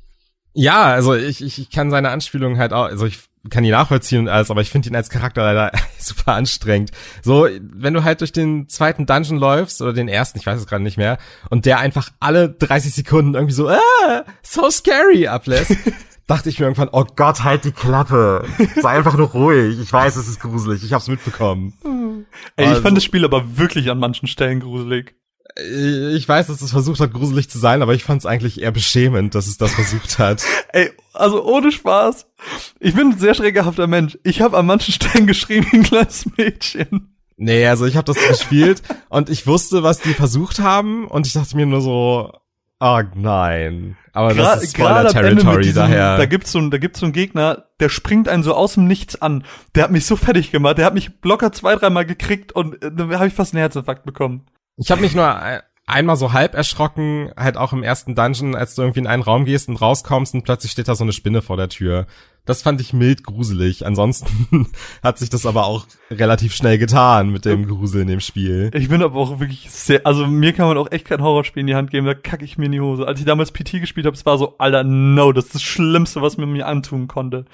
Ja, also ich, ich, ich kann seine Anspielungen halt auch, also ich kann die nachvollziehen und alles, aber ich finde ihn als Charakter leider super anstrengend. So, wenn du halt durch den zweiten Dungeon läufst, oder den ersten, ich weiß es gerade nicht mehr, und der einfach alle dreißig Sekunden irgendwie so, ah, so scary ablässt, dachte ich mir irgendwann, oh Gott, halt die Klappe. Sei einfach nur ruhig. Ich weiß, es ist gruselig. Ich hab's mitbekommen. Ey, also, ich fand das Spiel aber wirklich an manchen Stellen gruselig. Ich weiß, dass es versucht hat, gruselig zu sein, aber ich fand es eigentlich eher beschämend, dass es das versucht hat. Ey, also ohne Spaß. Ich bin ein sehr schrägehafter Mensch. Ich habe an manchen Stellen geschrien wie ein kleines Mädchen. Nee, also ich habe das gespielt und ich wusste, was die versucht haben und ich dachte mir nur so, oh nein. Aber Gra- das ist Spoiler-Territory, diesem, daher. Da gibt's so einen, da gibt's so einen Gegner, der springt einen so aus dem Nichts an. Der hat mich so fertig gemacht. Der hat mich locker zwei, dreimal gekriegt und äh, da habe ich fast einen Herzinfarkt bekommen. Ich habe mich nur einmal so halb erschrocken, halt auch im ersten Dungeon, als du irgendwie in einen Raum gehst und rauskommst und plötzlich steht da so eine Spinne vor der Tür. Das fand ich mild gruselig. Ansonsten hat sich das aber auch relativ schnell getan mit dem Grusel in dem Spiel. Ich bin aber auch wirklich sehr, also mir kann man auch echt kein Horrorspiel in die Hand geben, da kacke ich mir in die Hose. Als ich damals P T gespielt habe, es war so, Alter, no, das ist das Schlimmste, was man mir antun konnte.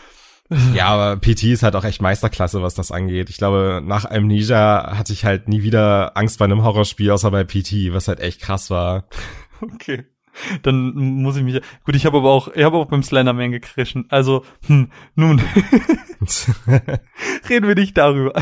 Ja, aber P T ist halt auch echt Meisterklasse, was das angeht. Ich glaube, nach Amnesia hatte ich halt nie wieder Angst bei einem Horrorspiel, außer bei P T, was halt echt krass war. Okay. Dann muss ich mich, gut, ich habe aber auch, ich habe auch beim Slenderman gekrischen. Also, hm, nun. Reden wir nicht darüber.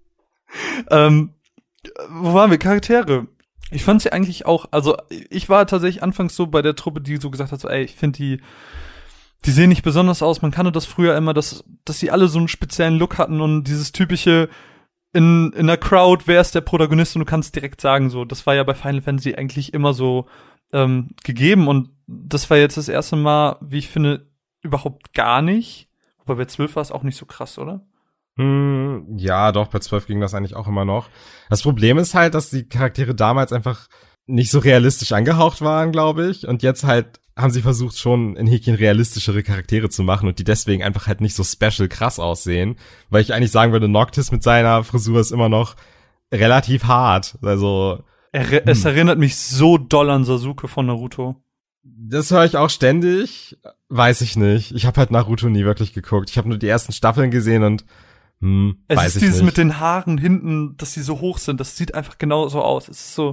ähm, wo waren wir? Charaktere. Ich fand sie eigentlich auch, also, ich war tatsächlich anfangs so bei der Truppe, die so gesagt hat, so, ey, ich finde die, die sehen nicht besonders aus. Man kannte das früher immer, dass, dass sie alle so einen speziellen Look hatten und dieses typische, in, in der Crowd, wer ist der Protagonist und du kannst direkt sagen, so, das war ja bei Final Fantasy eigentlich immer so, ähm, gegeben und das war jetzt das erste Mal, wie ich finde, überhaupt gar nicht. Wobei bei zwölf war es auch nicht so krass, oder? Hm, ja, doch, bei zwölf ging das eigentlich auch immer noch. Das Problem ist halt, dass die Charaktere damals einfach nicht so realistisch angehaucht waren, glaube ich, und jetzt halt haben sie versucht, schon in Häkchen realistischere Charaktere zu machen und die deswegen einfach halt nicht so special krass aussehen, weil ich eigentlich sagen würde, Noctis mit seiner Frisur ist immer noch relativ hart, also Er, hm. Es erinnert mich so doll an Sasuke von Naruto. Das höre ich auch ständig, weiß ich nicht. Ich habe halt Naruto nie wirklich geguckt. Ich habe nur die ersten Staffeln gesehen und hm, es weiß ist ich dieses nicht. mit den Haaren hinten, dass sie so hoch sind, das sieht einfach genau so aus. Es ist so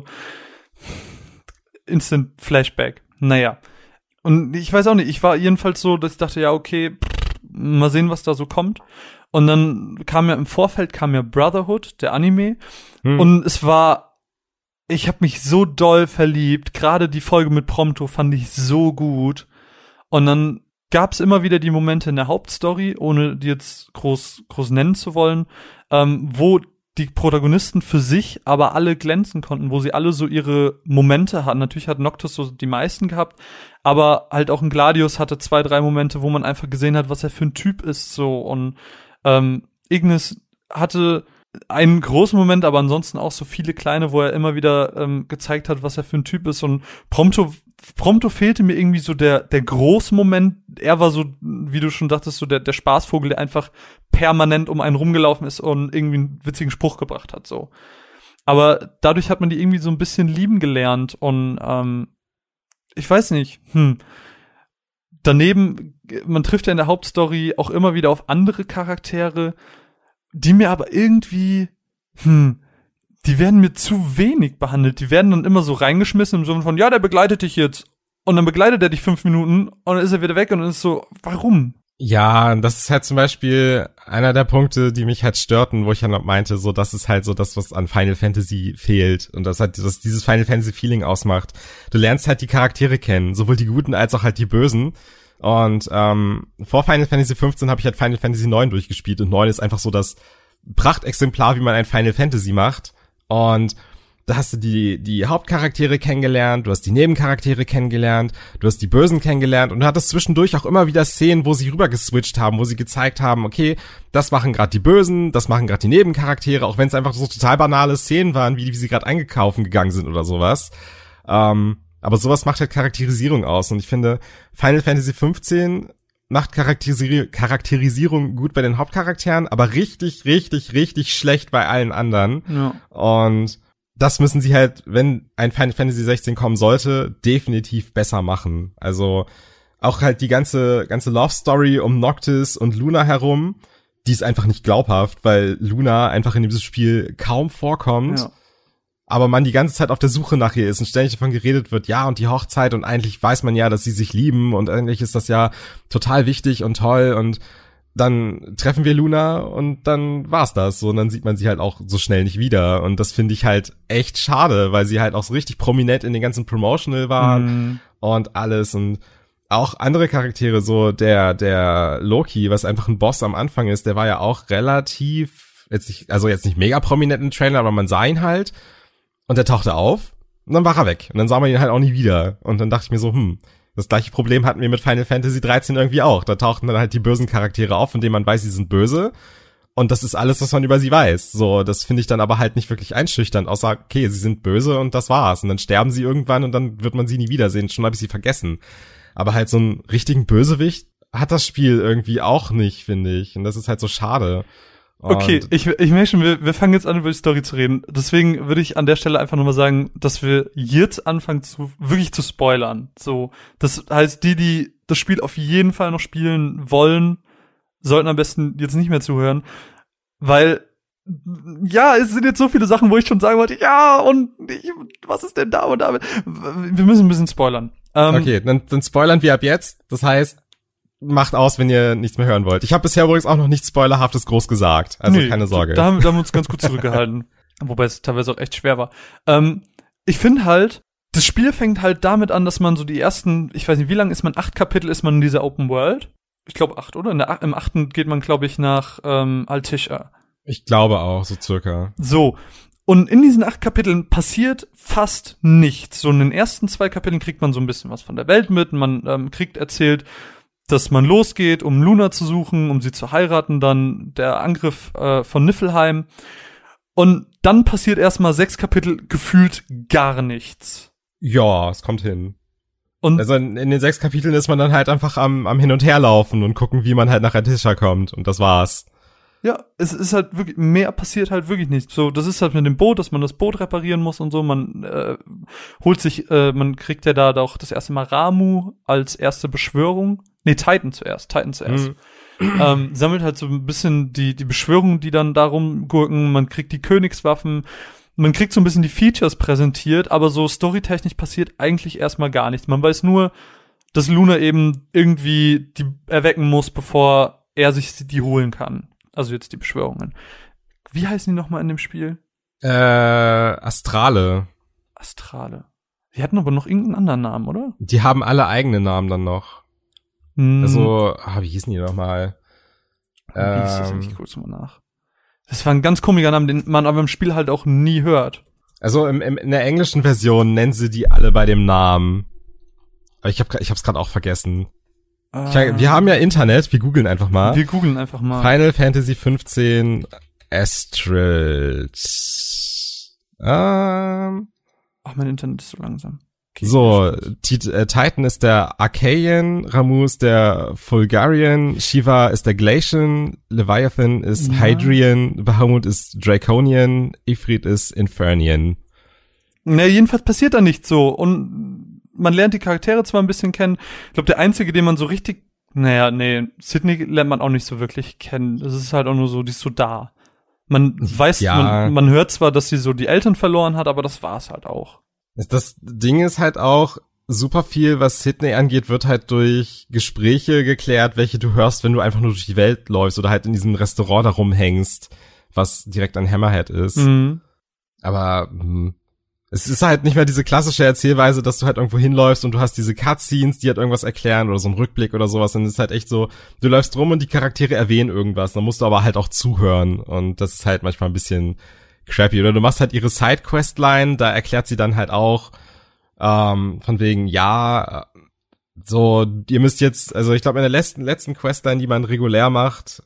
Instant Flashback. Naja. Und ich weiß auch nicht, ich war jedenfalls so, dass ich dachte, ja, okay, mal sehen, was da so kommt. Und dann kam ja im Vorfeld, kam ja Brotherhood, der Anime. Hm. Und es war, ich habe mich so doll verliebt. Gerade die Folge mit Prompto fand ich so gut. Und dann gab's immer wieder die Momente in der Hauptstory, ohne die jetzt groß, groß nennen zu wollen, ähm, wo die Protagonisten für sich aber alle glänzen konnten, wo sie alle so ihre Momente hatten. Natürlich hat Noctis so die meisten gehabt, aber halt auch ein Gladius hatte zwei, drei Momente, wo man einfach gesehen hat, was er für ein Typ ist, so. Und ähm, Ignis hatte einen großen Moment, aber ansonsten auch so viele kleine, wo er immer wieder ähm, gezeigt hat, was er für ein Typ ist. Und Prompto, Prompto fehlte mir irgendwie so der der Großmoment. Er war so, wie du schon dachtest, so der der Spaßvogel, der einfach permanent um einen rumgelaufen ist und irgendwie einen witzigen Spruch gebracht hat, so. Aber dadurch hat man die irgendwie so ein bisschen lieben gelernt und ähm, ich weiß nicht, hm. Daneben, man trifft ja in der Hauptstory auch immer wieder auf andere Charaktere, die mir aber irgendwie, hm, die werden mir zu wenig behandelt. Die werden dann immer so reingeschmissen im Sinne von, ja, der begleitet dich jetzt. Und dann begleitet er dich fünf Minuten und dann ist er wieder weg und dann ist so, warum? Ja, das ist halt zum Beispiel einer der Punkte, die mich halt störten, wo ich ja noch meinte, so, das ist halt so das, was an Final Fantasy fehlt und das hat, was dieses Final Fantasy Feeling ausmacht. Du lernst halt die Charaktere kennen, sowohl die Guten als auch halt die Bösen. Und ähm, vor Final Fantasy fünfzehn habe ich halt Final Fantasy neun durchgespielt und neun ist einfach so das Prachtexemplar, wie man ein Final Fantasy macht. Und da hast du die die Hauptcharaktere kennengelernt, du hast die Nebencharaktere kennengelernt, du hast die Bösen kennengelernt und du hattest zwischendurch auch immer wieder Szenen, wo sie rüber geswitcht haben, wo sie gezeigt haben, okay, das machen gerade die Bösen, das machen gerade die Nebencharaktere, auch wenn es einfach so total banale Szenen waren, wie, wie sie gerade eingekauft gegangen sind oder sowas. Ähm, aber sowas macht halt Charakterisierung aus und ich finde, Final Fantasy fünfzehn macht Charakterisi- Charakterisierung gut bei den Hauptcharakteren, aber richtig, richtig, richtig schlecht bei allen anderen. Ja. Und das müssen sie halt, wenn ein Final Fantasy sechzehn kommen sollte, definitiv besser machen. Also auch halt die ganze ganze Love Story um Noctis und Luna herum, die ist einfach nicht glaubhaft, weil Luna einfach in diesem Spiel kaum vorkommt. Ja. Aber man die ganze Zeit auf der Suche nach ihr ist und ständig davon geredet wird, ja, und die Hochzeit und eigentlich weiß man ja, dass sie sich lieben und eigentlich ist das ja total wichtig und toll und dann treffen wir Luna und dann war's das. So, und dann sieht man sie halt auch so schnell nicht wieder. Und das finde ich halt echt schade, weil sie halt auch so richtig prominent in den ganzen Promotional waren Mhm. und alles. Und auch andere Charaktere, so der der Loki, was einfach ein Boss am Anfang ist, der war ja auch relativ, jetzt nicht, also jetzt nicht mega prominent im Trailer, aber man sah ihn halt. Und der tauchte auf und dann war er weg. Und dann sah man ihn halt auch nie wieder. Und dann dachte ich mir so, hm, das gleiche Problem hatten wir mit Final Fantasy dreizehn irgendwie auch. Da tauchten dann halt die bösen Charaktere auf, von denen man weiß, sie sind böse. Und das ist alles, was man über sie weiß. So, das finde ich dann aber halt nicht wirklich einschüchternd, außer, okay, sie sind böse und das war's. Und dann sterben sie irgendwann und dann wird man sie nie wiedersehen. Schon habe ich sie vergessen. Aber halt so einen richtigen Bösewicht hat das Spiel irgendwie auch nicht, finde ich. Und das ist halt so schade. Okay, Und ich, ich merke schon, wir, wir fangen jetzt an, über die Story zu reden. Deswegen würde ich an der Stelle einfach nochmal sagen, dass wir jetzt anfangen, zu wirklich zu spoilern. So, das heißt, die, die das Spiel auf jeden Fall noch spielen wollen, sollten am besten jetzt nicht mehr zuhören. Weil, ja, es sind jetzt so viele Sachen, wo ich schon sagen wollte, ja, und ich, was ist denn da und da? Wir müssen ein bisschen spoilern. Ähm, okay, dann, dann spoilern wir ab jetzt. Das heißt, macht aus, wenn ihr nichts mehr hören wollt. Ich habe bisher übrigens auch noch nichts Spoilerhaftes groß gesagt. Also nee, keine Sorge. Da haben, da haben wir uns ganz gut zurückgehalten. Wobei es teilweise auch echt schwer war. Ähm, ich finde halt, das Spiel fängt halt damit an, dass man so die ersten, ich weiß nicht, wie lange ist man, acht Kapitel ist man in dieser Open World? Ich glaube acht, oder? In der, Im achten geht man, glaube ich, nach ähm, Altisha. Ich glaube auch, so circa. So. Und in diesen acht Kapiteln passiert fast nichts. So in den ersten zwei Kapiteln kriegt man so ein bisschen was von der Welt mit. Man ähm, kriegt erzählt, dass man losgeht, um Luna zu suchen, um sie zu heiraten, dann der Angriff äh, von Niflheim. Und dann passiert erstmal sechs Kapitel gefühlt gar nichts. Ja, es kommt hin. Und Also in, in den sechs Kapiteln ist man dann halt einfach am, am Hin- und Herlaufen und gucken, wie man halt nach Altisha kommt. Und das war's. ja, es ist halt wirklich, mehr passiert halt wirklich nicht. So, das ist halt mit dem Boot, dass man das Boot reparieren muss und so. Man äh, holt sich, äh, man kriegt ja da doch das erste Mal Ramu als erste Beschwörung. Nee, Titan zuerst, Titan zuerst. Mhm. Ähm, sammelt halt so ein bisschen die die Beschwörungen, die dann darum gurken. Man kriegt die Königswaffen. Man kriegt so ein bisschen die Features präsentiert, aber so storytechnisch passiert eigentlich erstmal gar nichts. Man weiß nur, dass Luna eben irgendwie die erwecken muss, bevor er sich die holen kann. Also jetzt die Beschwörungen. Wie heißen die nochmal in dem Spiel? Äh, Astrale. Astrale. Die hatten aber noch irgendeinen anderen Namen, oder? Die haben alle eigene Namen dann noch. Hm. Also, ah, wie hießen die nochmal? Wie hieß das? Ich guck's mal nach. Das war ein ganz komischer Name, den man aber im Spiel halt auch nie hört. Also im, im, in der englischen Version nennen sie die alle bei dem Namen. Aber ich, hab, ich hab's gerade auch vergessen. Äh, Ich, wir haben ja Internet, wir googeln einfach mal. Wir googeln einfach mal. Final Fantasy fünfzehn Astrals. Ähm, Ach, mein Internet ist so langsam. Okay, so, Tit- äh, Titan ist der Archaean, Ramu ist der Fulgarian, Shiva ist der Glacian, Leviathan ist Ja. Hydrian, Bahamut ist Draconian, Ifrit ist Infernian. Na, jedenfalls passiert da nicht so. Und man lernt die Charaktere zwar ein bisschen kennen. Ich glaube, der einzige, den man so richtig, naja, nee, Sydney lernt man auch nicht so wirklich kennen. Das ist halt auch nur so, die ist so da. Man weiß, Ja. man, man hört zwar, dass sie so die Eltern verloren hat, aber das war's halt auch. Das Ding ist halt auch, super viel, was Sydney angeht, wird halt durch Gespräche geklärt, welche du hörst, wenn du einfach nur durch die Welt läufst oder halt in diesem Restaurant da rumhängst, was direkt an Hammerhead ist. Mhm. Aber hm, es ist halt nicht mehr diese klassische Erzählweise, dass du halt irgendwo hinläufst und du hast diese Cutscenes, die halt irgendwas erklären oder so ein Rückblick oder sowas. Und es ist halt echt so, du läufst rum und die Charaktere erwähnen irgendwas. Dann musst du aber halt auch zuhören. Und das ist halt manchmal ein bisschen crappy. Oder du machst halt ihre Side-Quest-Line, da erklärt sie dann halt auch, ähm, von wegen, ja, so, ihr müsst jetzt, also ich glaube in der letzten, letzten Questline, die man regulär macht,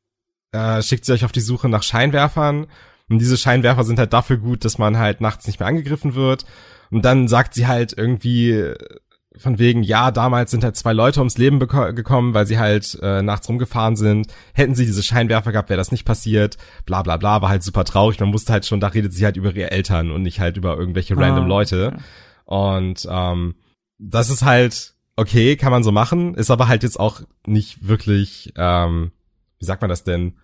äh, schickt sie euch auf die Suche nach Scheinwerfern. Und diese Scheinwerfer sind halt dafür gut, dass man halt nachts nicht mehr angegriffen wird. Und dann sagt sie halt irgendwie von wegen, ja, damals sind halt zwei Leute ums Leben beko- gekommen, weil sie halt äh, nachts rumgefahren sind. Hätten sie diese Scheinwerfer gehabt, wäre das nicht passiert. Bla bla bla, war halt super traurig. Man wusste halt schon, da redet sie halt über ihre Eltern und nicht halt über irgendwelche random Ah, Leute. okay. Und ähm, das ist halt okay, kann man so machen, ist aber halt jetzt auch nicht wirklich, ähm, wie sagt man das denn,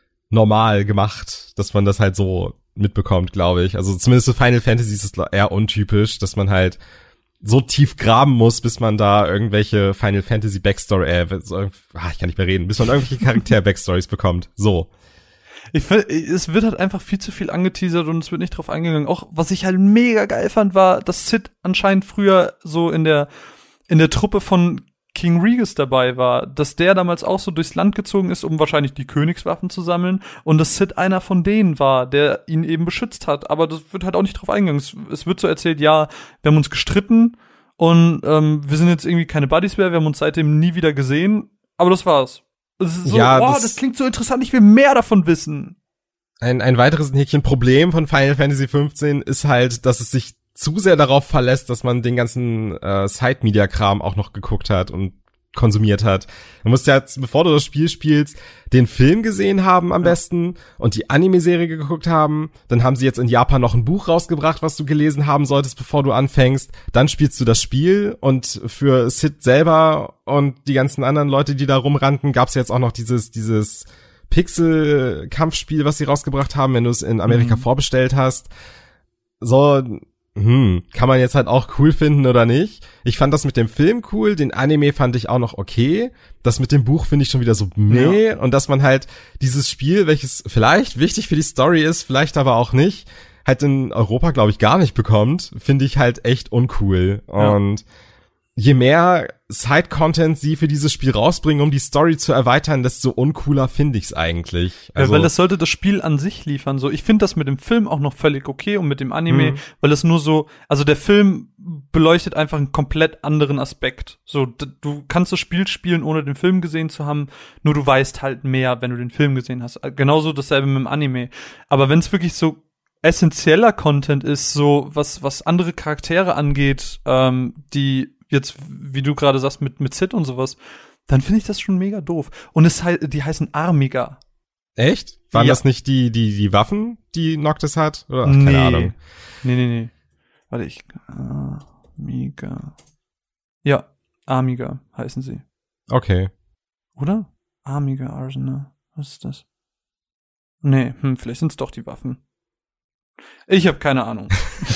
normal gemacht, dass man das halt so mitbekommt, glaube ich. Also zumindest für Final Fantasy ist es eher untypisch, dass man halt so tief graben muss, bis man da irgendwelche Final Fantasy Backstory, äh, so, ach, ich kann nicht mehr reden, bis man irgendwelche Charakter-Backstories bekommt. So. Ich finde, es wird halt einfach viel zu viel angeteasert und es wird nicht drauf eingegangen. Auch was ich halt mega geil fand, war, dass Sid anscheinend früher so in der in der Truppe von King Regis dabei war, dass der damals auch so durchs Land gezogen ist, um wahrscheinlich die Königswaffen zu sammeln und dass Sid einer von denen war, der ihn eben beschützt hat. Aber das wird halt auch nicht drauf eingegangen. Es, es wird so erzählt, ja, wir haben uns gestritten und ähm, wir sind jetzt irgendwie keine Buddies mehr, wir haben uns seitdem nie wieder gesehen, aber das war's. Es ist so, Ja, oh, das- das klingt so interessant, ich will mehr davon wissen. Ein, ein weiteres Häkchen-Problem von Final Fantasy fünfzehn ist halt, dass es sich zu sehr darauf verlässt, dass man den ganzen äh, Side-Media-Kram auch noch geguckt hat und konsumiert hat. Du musst ja jetzt, bevor du das Spiel spielst, den Film gesehen haben am Ja. besten und die Anime-Serie geguckt haben. Dann haben sie jetzt in Japan noch ein Buch rausgebracht, was du gelesen haben solltest, bevor du anfängst. Dann spielst du das Spiel und für Sid selber und die ganzen anderen Leute, die da rumrannten, gab's jetzt auch noch dieses dieses Pixel-Kampfspiel, was sie rausgebracht haben, wenn du es in Amerika Mhm. vorbestellt hast. So, hm, kann man jetzt halt auch cool finden oder nicht. Ich fand das mit dem Film cool, den Anime fand ich auch noch okay. Das mit dem Buch finde ich schon wieder so meh. Und dass man halt dieses Spiel, welches vielleicht wichtig für die Story ist, vielleicht aber auch nicht, halt in Europa, glaube ich, gar nicht bekommt, finde ich halt echt uncool. Ja. Und je mehr Side-Content sie für dieses Spiel rausbringen, um die Story zu erweitern, desto uncooler finde ich's eigentlich. Ja, weil das sollte das Spiel an sich liefern. So, ich finde das mit dem Film auch noch völlig okay und mit dem Anime, Mhm. weil es nur so, also der Film beleuchtet einfach einen komplett anderen Aspekt. So, d- du kannst das Spiel spielen, ohne den Film gesehen zu haben, nur du weißt halt mehr, wenn du den Film gesehen hast. Genauso dasselbe mit dem Anime. Aber wenn es wirklich so essentieller Content ist, so was was andere Charaktere angeht, ähm, die jetzt, wie du gerade sagst, mit mit Sid und sowas, dann finde ich das schon mega doof. Und es hei- die heißen Armiga. Echt? Waren Ja. das nicht die, die, die Waffen, die Noctis hat? Oder? Ach, nee. keine Ahnung. Nee, nee, nee. Warte, ich. Amiga. Ja, Amiga heißen sie. Okay. Oder? Amiga Arsenal. Was ist das? Nee, hm, vielleicht sind's doch die Waffen. Ich habe keine Ahnung.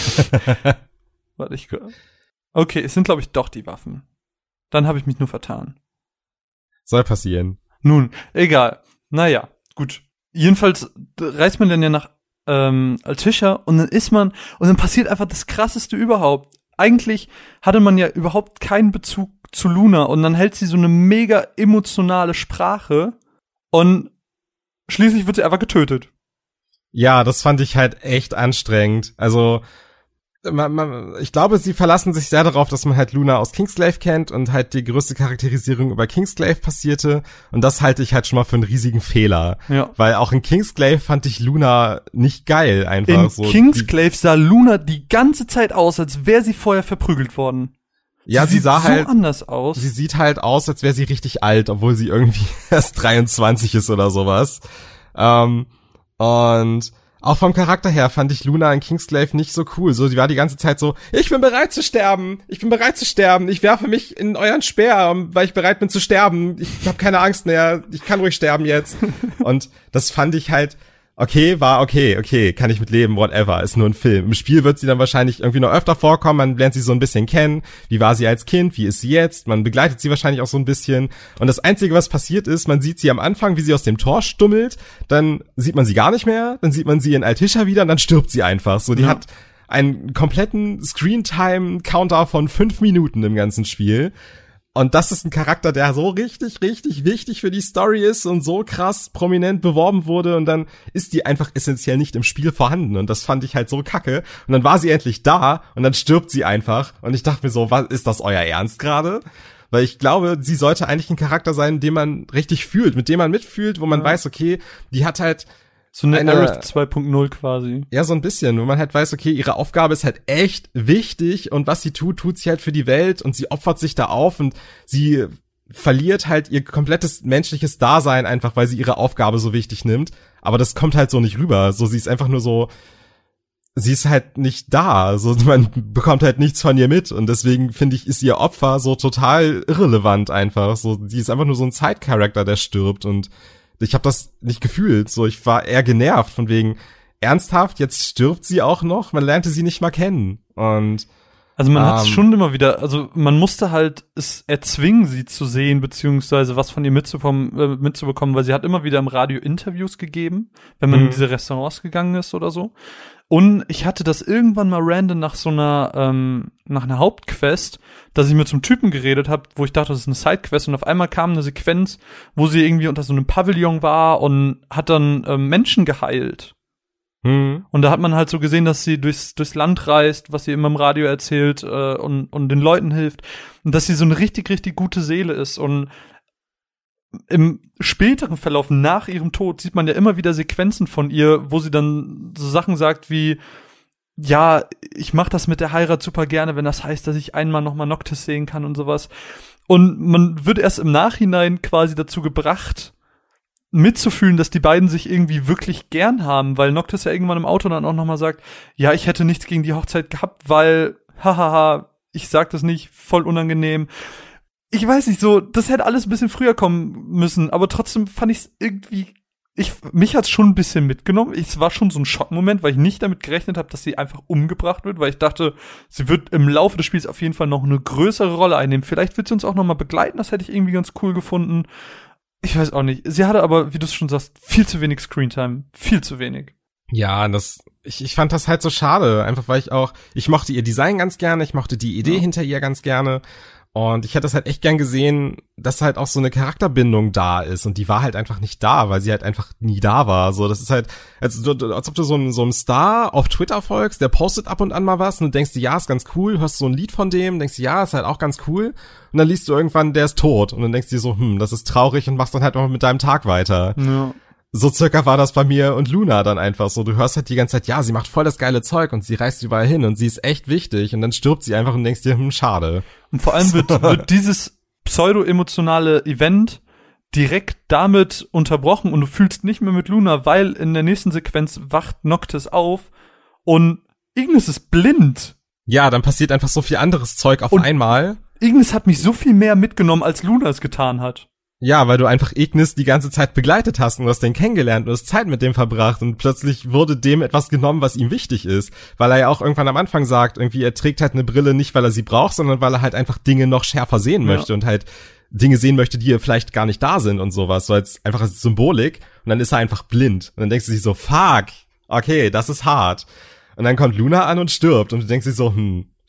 Warte, ich. Okay, es sind, glaube ich, doch die Waffen. Dann habe ich mich nur vertan. Soll passieren. Nun, egal. Naja, gut. Jedenfalls reist man dann ja nach ähm, Altisha und dann ist man, und dann passiert einfach das Krasseste überhaupt. eigentlich hatte man ja überhaupt keinen Bezug zu Luna und dann hält sie so eine mega emotionale Sprache und schließlich wird sie einfach getötet. Ja, das fand ich halt echt anstrengend. Also, man, man, ich glaube, sie verlassen sich sehr darauf, dass man halt Luna aus Kingsglaive kennt und halt die größte Charakterisierung über Kingsglaive passierte. Und das halte ich halt schon mal für einen riesigen Fehler. Ja. Weil auch in Kingsglaive fand ich Luna nicht geil, einfach in so. In Kingsglaive sah Luna die ganze Zeit aus, als wäre sie vorher verprügelt worden. Ja, sie, sie sah so halt anders aus. Sie sieht halt aus, als wäre sie richtig alt, obwohl sie irgendwie erst dreiundzwanzig ist oder sowas. Ähm, und auch vom Charakter her fand ich Luna in Kingsglaive nicht so cool. So, die war die ganze Zeit so, ich bin bereit zu sterben, ich bin bereit zu sterben, ich werfe mich in euren Speer, weil ich bereit bin zu sterben. Ich habe keine Angst mehr, ich kann ruhig sterben jetzt. Und das fand ich halt, okay, war okay, okay, kann ich mit leben, whatever, ist nur ein Film. Im Spiel wird sie dann wahrscheinlich irgendwie noch öfter vorkommen, man lernt sie so ein bisschen kennen, wie war sie als Kind, wie ist sie jetzt, man begleitet sie wahrscheinlich auch so ein bisschen und das Einzige, was passiert ist, man sieht sie am Anfang, wie sie aus dem Tor stummelt, dann sieht man sie gar nicht mehr, dann sieht man sie in Altisha wieder und dann stirbt sie einfach, so, die ja. hat einen kompletten Screentime-Counter von fünf Minuten im ganzen Spiel. Und das ist ein Charakter, der so richtig, richtig wichtig für die Story ist und so krass prominent beworben wurde und dann ist die einfach essentiell nicht im Spiel vorhanden und das fand ich halt so kacke. Und dann war sie endlich da und dann stirbt sie einfach und ich dachte mir so, was ist das euer Ernst gerade? Weil ich glaube, sie sollte eigentlich ein Charakter sein, den man richtig fühlt, mit dem man mitfühlt, wo man ja. weiß, okay, die hat halt so eine, eine Aerith zwei Punkt null quasi. Ja, so ein bisschen, wo man halt weiß, okay, ihre Aufgabe ist halt echt wichtig und was sie tut, tut sie halt für die Welt und sie opfert sich da auf und sie verliert halt ihr komplettes menschliches Dasein einfach, weil sie ihre Aufgabe so wichtig nimmt. Aber das kommt halt so nicht rüber. So, sie ist einfach nur so, sie ist halt nicht da. So, man bekommt halt nichts von ihr mit und deswegen finde ich, ist ihr Opfer so total irrelevant einfach. So, sie ist einfach nur so ein Side-Character, der stirbt und ich habe das nicht gefühlt, so ich war eher genervt von wegen ernsthaft, jetzt stirbt sie auch noch, man lernte sie nicht mal kennen und also man ähm, hat es schon immer wieder, also man musste halt es erzwingen, sie zu sehen beziehungsweise was von ihr mitzubekommen, äh, mitzubekommen, weil sie hat immer wieder im Radio Interviews gegeben, wenn man mhm. in diese Restaurants gegangen ist oder so. Und ich hatte das irgendwann mal random nach so einer ähm, nach einer Hauptquest, dass ich mit so einem Typen geredet habe, wo ich dachte, das ist eine Sidequest und auf einmal kam eine Sequenz, wo sie irgendwie unter so einem Pavillon war und hat dann ähm, Menschen geheilt. Mhm. Und da hat man halt so gesehen, dass sie durchs durchs Land reist, was sie immer im Radio erzählt äh, und und den Leuten hilft und dass sie so eine richtig richtig gute Seele ist und im späteren Verlauf nach ihrem Tod sieht man ja immer wieder Sequenzen von ihr, wo sie dann so Sachen sagt wie, ja, ich mach das mit der Heirat super gerne, wenn das heißt, dass ich einmal nochmal Noctis sehen kann und sowas. Und man wird erst im Nachhinein quasi dazu gebracht, mitzufühlen, dass die beiden sich irgendwie wirklich gern haben, weil Noctis ja irgendwann im Auto dann auch nochmal sagt, ja, ich hätte nichts gegen die Hochzeit gehabt, weil, hahaha, ich sag das nicht, voll unangenehm. Ich weiß nicht, so, das hätte alles ein bisschen früher kommen müssen, aber trotzdem fand ich es irgendwie, ich, mich hat's schon ein bisschen mitgenommen. Es war schon so ein Schockmoment, weil ich nicht damit gerechnet habe, dass sie einfach umgebracht wird, weil ich dachte, sie wird im Laufe des Spiels auf jeden Fall noch eine größere Rolle einnehmen. Vielleicht wird sie uns auch noch mal begleiten, das hätte ich irgendwie ganz cool gefunden. Ich weiß auch nicht. Sie hatte aber, wie du es schon sagst, viel zu wenig Screentime. Viel zu wenig. Ja, das, ich, ich fand das halt so schade, einfach weil ich auch, ich mochte ihr Design ganz gerne, ich mochte die Idee ja. hinter ihr ganz gerne. Und ich hätte es halt echt gern gesehen, dass halt auch so eine Charakterbindung da ist. Und die war halt einfach nicht da, weil sie halt einfach nie da war. So, das ist halt, als, als ob du so einem, so einem Star auf Twitter folgst, der postet ab und an mal was und du denkst dir, ja, ist ganz cool, hörst so ein Lied von dem, denkst dir, ja, ist halt auch ganz cool. Und dann liest du irgendwann, der ist tot. Und dann denkst du dir so, hm, das ist traurig und machst dann halt auch mit deinem Tag weiter. Ja. So circa war das bei mir und Luna dann einfach so. Du hörst halt die ganze Zeit, ja, sie macht voll das geile Zeug und sie reist überall hin und sie ist echt wichtig und dann stirbt sie einfach und denkst dir, hm, schade. Und vor allem wird, wird dieses pseudo-emotionale Event direkt damit unterbrochen und du fühlst nicht mehr mit Luna, weil in der nächsten Sequenz wacht Noctis auf und Ignis ist blind. Ja, dann passiert einfach so viel anderes Zeug auf und einmal. Ignis hat mich so viel mehr mitgenommen, als Luna es getan hat. Ja, weil du einfach Ignis die ganze Zeit begleitet hast und du hast den kennengelernt und hast Zeit mit dem verbracht und plötzlich wurde dem etwas genommen, was ihm wichtig ist. Weil er ja auch irgendwann am Anfang sagt, irgendwie er trägt halt eine Brille nicht, weil er sie braucht, sondern weil er halt einfach Dinge noch schärfer sehen möchte ja. und halt Dinge sehen möchte, die vielleicht gar nicht da sind und sowas, so als einfach als Symbolik. Und dann ist er einfach blind. Und dann denkst du dich so, fuck, okay, das ist hart. Und dann kommt Luna an und stirbt und du denkst dir so, hm,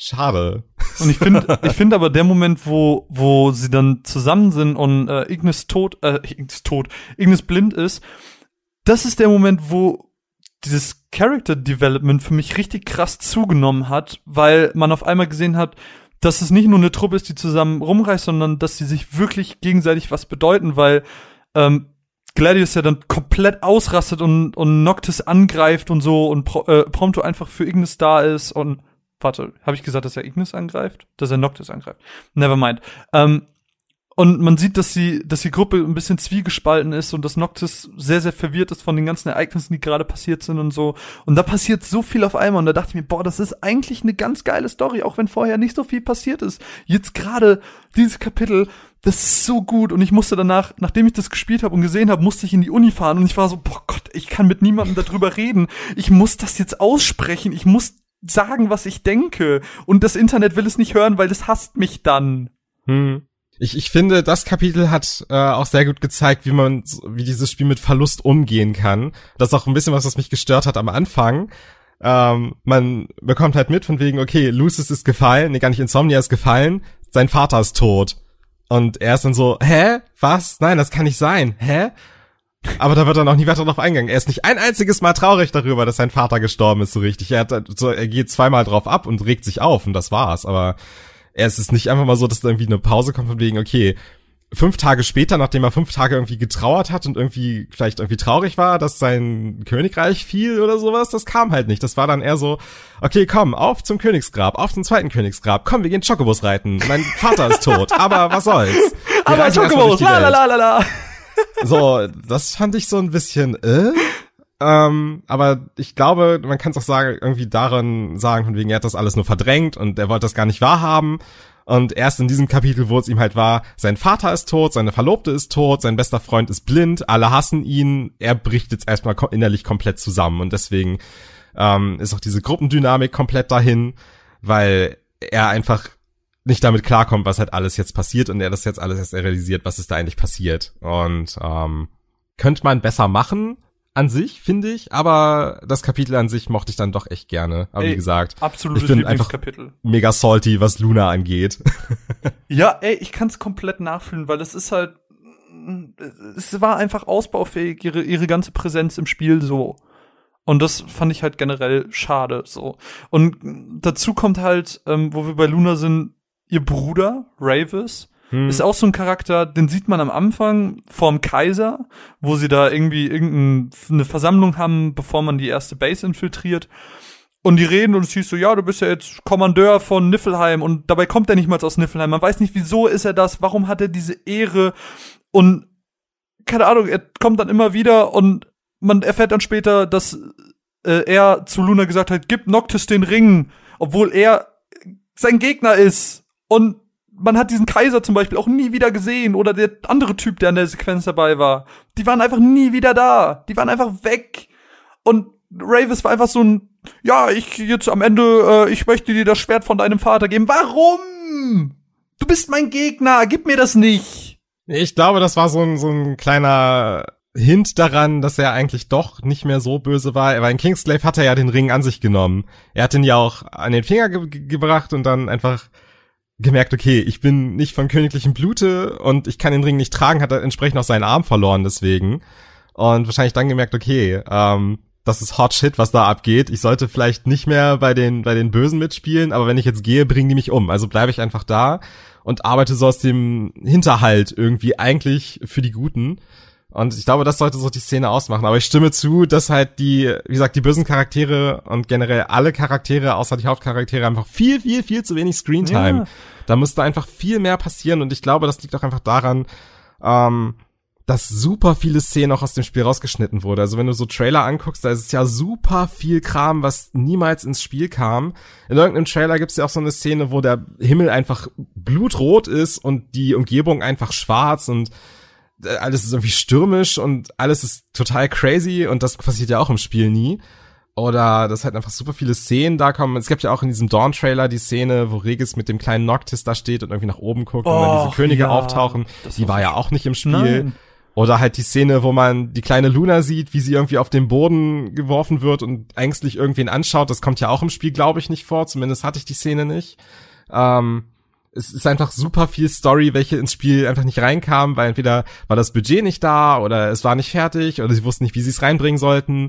schade. Und ich finde, ich finde aber der Moment, wo, wo sie dann zusammen sind und äh, Ignis tot, äh, Ignis tot, Ignis blind ist, das ist der Moment, wo dieses Character Development für mich richtig krass zugenommen hat, weil man auf einmal gesehen hat, dass es nicht nur eine Truppe ist, die zusammen rumreist, sondern dass sie sich wirklich gegenseitig was bedeuten, weil ähm, Gladius ja dann komplett ausrastet und, und Noctis angreift und so und Pro, äh, Prompto einfach für Ignis da ist und warte, habe ich gesagt, dass er Ignis angreift? Dass er Noctis angreift. Nevermind. Ähm, Und man sieht, dass die, dass die Gruppe ein bisschen zwiegespalten ist und dass Noctis sehr, sehr verwirrt ist von den ganzen Ereignissen, die gerade passiert sind und so. Und da passiert so viel auf einmal und da dachte ich mir, boah, das ist eigentlich eine ganz geile Story, auch wenn vorher nicht so viel passiert ist. Jetzt gerade dieses Kapitel, das ist so gut und ich musste danach, nachdem ich das gespielt habe und gesehen habe, musste ich in die Uni fahren und ich war so, boah Gott, ich kann mit niemandem darüber reden. Ich muss das jetzt aussprechen, ich muss sagen, was ich denke und das Internet will es nicht hören, weil es hasst mich dann. Hm. Ich, ich finde, das Kapitel hat äh, auch sehr gut gezeigt, wie man, wie dieses Spiel mit Verlust umgehen kann. Das ist auch ein bisschen was, was mich gestört hat am Anfang. Ähm, man bekommt halt mit von wegen, okay, Lucis ist gefallen, nee, gar nicht, Insomnia ist gefallen, sein Vater ist tot. Und er ist dann so, hä? Was? Nein, das kann nicht sein. Hä? Aber da wird dann auch nie weiter drauf eingegangen. Er ist nicht ein einziges Mal traurig darüber, dass sein Vater gestorben ist, so richtig. Er hat so, er geht zweimal drauf ab und regt sich auf und das war's. Aber es ist nicht einfach mal so, dass da irgendwie eine Pause kommt von wegen, okay, fünf Tage später, nachdem er fünf Tage irgendwie getrauert hat und irgendwie vielleicht irgendwie traurig war, dass sein Königreich fiel oder sowas, das kam halt nicht. Das war dann eher so, okay, komm, auf zum Königsgrab, auf zum zweiten Königsgrab, komm, wir gehen Chocobos reiten, mein Vater ist tot, aber was soll's. Wir aber Chocobos, la la la la la. So, das fand ich so ein bisschen, äh? Ähm, aber ich glaube, man kann es auch sagen, irgendwie daran sagen, von wegen, er hat das alles nur verdrängt und er wollte das gar nicht wahrhaben. Und erst in diesem Kapitel, wo es ihm halt war, sein Vater ist tot, seine Verlobte ist tot, sein bester Freund ist blind, alle hassen ihn, er bricht jetzt erstmal innerlich komplett zusammen. Und deswegen ähm, ist auch diese Gruppendynamik komplett dahin, weil er einfach nicht damit klarkommt, was halt alles jetzt passiert und er das jetzt alles erst realisiert, was ist da eigentlich passiert. Und ähm, könnte man besser machen, an sich, finde ich, aber das Kapitel an sich mochte ich dann doch echt gerne. Aber ey, wie gesagt, absolutes ich bin einfach mega salty, was Luna angeht. Ja, ey, ich kann's komplett nachfühlen, weil es ist halt, es war einfach ausbaufähig, ihre, ihre ganze Präsenz im Spiel so. Und das fand ich halt generell schade, so. Und dazu kommt halt, ähm, wo wir bei Luna sind, ihr Bruder, Ravus, Hm. ist auch so ein Charakter, den sieht man am Anfang vorm Kaiser, wo sie da irgendwie irgendeine Versammlung haben, bevor man die erste Base infiltriert. Und die reden und es hieß so, ja, du bist ja jetzt Kommandeur von Niflheim und dabei kommt er nicht mal aus Niflheim. Man weiß nicht, wieso ist er das, warum hat er diese Ehre und keine Ahnung, er kommt dann immer wieder und man erfährt dann später, dass äh, er zu Luna gesagt hat, gib Noctis den Ring, obwohl er sein Gegner ist. Und man hat diesen Kaiser zum Beispiel auch nie wieder gesehen oder der andere Typ, der in der Sequenz dabei war. Die waren einfach nie wieder da. Die waren einfach weg. Und Ravus war einfach so ein, ja, ich jetzt am Ende, äh, ich möchte dir das Schwert von deinem Vater geben. Warum? Du bist mein Gegner, gib mir das nicht. Ich glaube, das war so ein, so ein kleiner Hint daran, dass er eigentlich doch nicht mehr so böse war. Weil in Kingsglaive hat er ja den Ring an sich genommen. Er hat ihn ja auch an den Finger ge- gebracht und dann einfach gemerkt, okay, ich bin nicht von königlichem Blute und ich kann den Ring nicht tragen, hat er entsprechend auch seinen Arm verloren deswegen. Und wahrscheinlich dann gemerkt, okay, ähm, das ist Hot Shit, was da abgeht. Ich sollte vielleicht nicht mehr bei den bei den Bösen mitspielen, aber wenn ich jetzt gehe, bringen die mich um. Also bleibe ich einfach da und arbeite so aus dem Hinterhalt irgendwie eigentlich für die Guten. Und ich glaube, das sollte so die Szene ausmachen. Aber ich stimme zu, dass halt die, wie gesagt, die bösen Charaktere und generell alle Charaktere, außer die Hauptcharaktere, einfach viel, viel, viel zu wenig Screentime. Ja. Da müsste einfach viel mehr passieren. Und ich glaube, das liegt auch einfach daran, ähm, dass super viele Szenen auch aus dem Spiel rausgeschnitten wurde. Also wenn du so Trailer anguckst, da ist es ja super viel Kram, was niemals ins Spiel kam. In irgendeinem Trailer gibt's ja auch so eine Szene, wo der Himmel einfach blutrot ist und die Umgebung einfach schwarz und alles ist irgendwie stürmisch und alles ist total crazy und das passiert ja auch im Spiel nie. Oder dass halt einfach super viele Szenen da kommen. Es gibt ja auch in diesem Dawn-Trailer die Szene, wo Regis mit dem kleinen Noctis da steht und irgendwie nach oben guckt oh, und dann diese Könige ja, auftauchen. Die war ja auch nicht im Spiel. Nein. Oder halt die Szene, wo man die kleine Luna sieht, wie sie irgendwie auf den Boden geworfen wird und ängstlich irgendwen anschaut. Das kommt ja auch im Spiel, glaube ich, nicht vor. Zumindest hatte ich die Szene nicht. Ähm, es ist einfach super viel Story, welche ins Spiel einfach nicht reinkam, weil entweder war das Budget nicht da oder es war nicht fertig oder sie wussten nicht, wie sie es reinbringen sollten.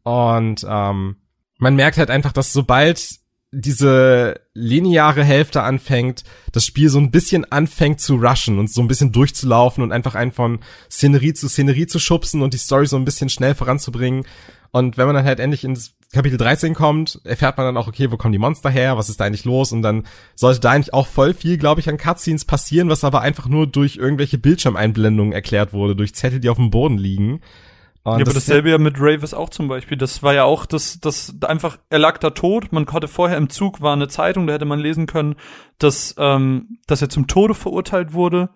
Und ähm, man merkt halt einfach, dass sobald diese lineare Hälfte anfängt, das Spiel so ein bisschen anfängt zu rushen und so ein bisschen durchzulaufen und einfach einen von Szenerie zu Szenerie zu schubsen und die Story so ein bisschen schnell voranzubringen. Und wenn man dann halt endlich ins Kapitel dreizehn kommt, erfährt man dann auch, okay, wo kommen die Monster her, was ist da eigentlich los? Und dann sollte da eigentlich auch voll viel, glaube ich, an Cutscenes passieren, was aber einfach nur durch irgendwelche Bildschirmeinblendungen erklärt wurde, durch Zettel, die auf dem Boden liegen. Und ja, das aber dasselbe ja mit Ravis auch zum Beispiel. Das war ja auch das, das einfach, er lag da tot. Man hatte vorher im Zug, war eine Zeitung, da hätte man lesen können, dass, ähm, dass er zum Tode verurteilt wurde.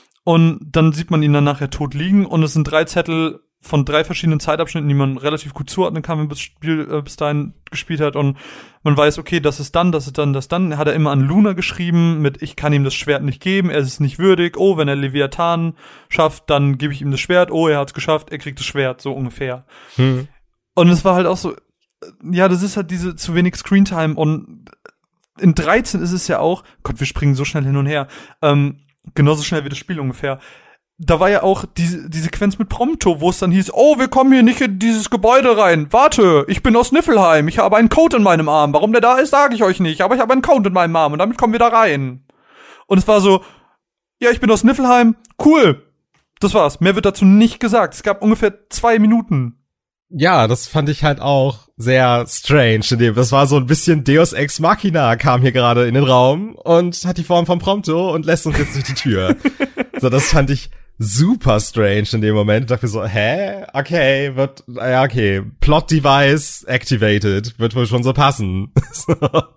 Und dann sieht man ihn dann nachher tot liegen. Und es sind drei Zettel von drei verschiedenen Zeitabschnitten, die man relativ gut zuordnen kann, wenn man das Spiel äh, bis dahin gespielt hat. Und man weiß, okay, das ist dann, das ist dann, das dann. Er hat er immer an Luna geschrieben mit, ich kann ihm das Schwert nicht geben, er ist es nicht würdig. Oh, wenn er Leviathan schafft, dann gebe ich ihm das Schwert. Oh, er hat es geschafft, er kriegt das Schwert, so ungefähr. Hm. Und es war halt auch so, ja, das ist halt diese zu wenig Screentime. Und in dreizehn ist es ja auch, Gott, wir springen so schnell hin und her, ähm, genauso schnell wie das Spiel ungefähr. Da war ja auch die, die Sequenz mit Prompto, wo es dann hieß, oh, wir kommen hier nicht in dieses Gebäude rein. Warte, ich bin aus Niflheim, ich habe einen Code in meinem Arm. Warum der da ist, sage ich euch nicht, aber ich habe einen Code in meinem Arm und damit kommen wir da rein. Und es war so, ja, ich bin aus Niflheim, cool. Das war's, mehr wird dazu nicht gesagt. Es gab ungefähr zwei Minuten. Ja, das fand ich halt auch sehr strange. Das war so ein bisschen Deus Ex Machina, kam hier gerade in den Raum und hat die Form von Prompto und lässt uns jetzt durch die Tür. So, das fand ich super strange in dem Moment. Ich dachte mir so, hä? Okay, wird, ja, okay. Plot Device activated. Wird wohl schon so passen. So.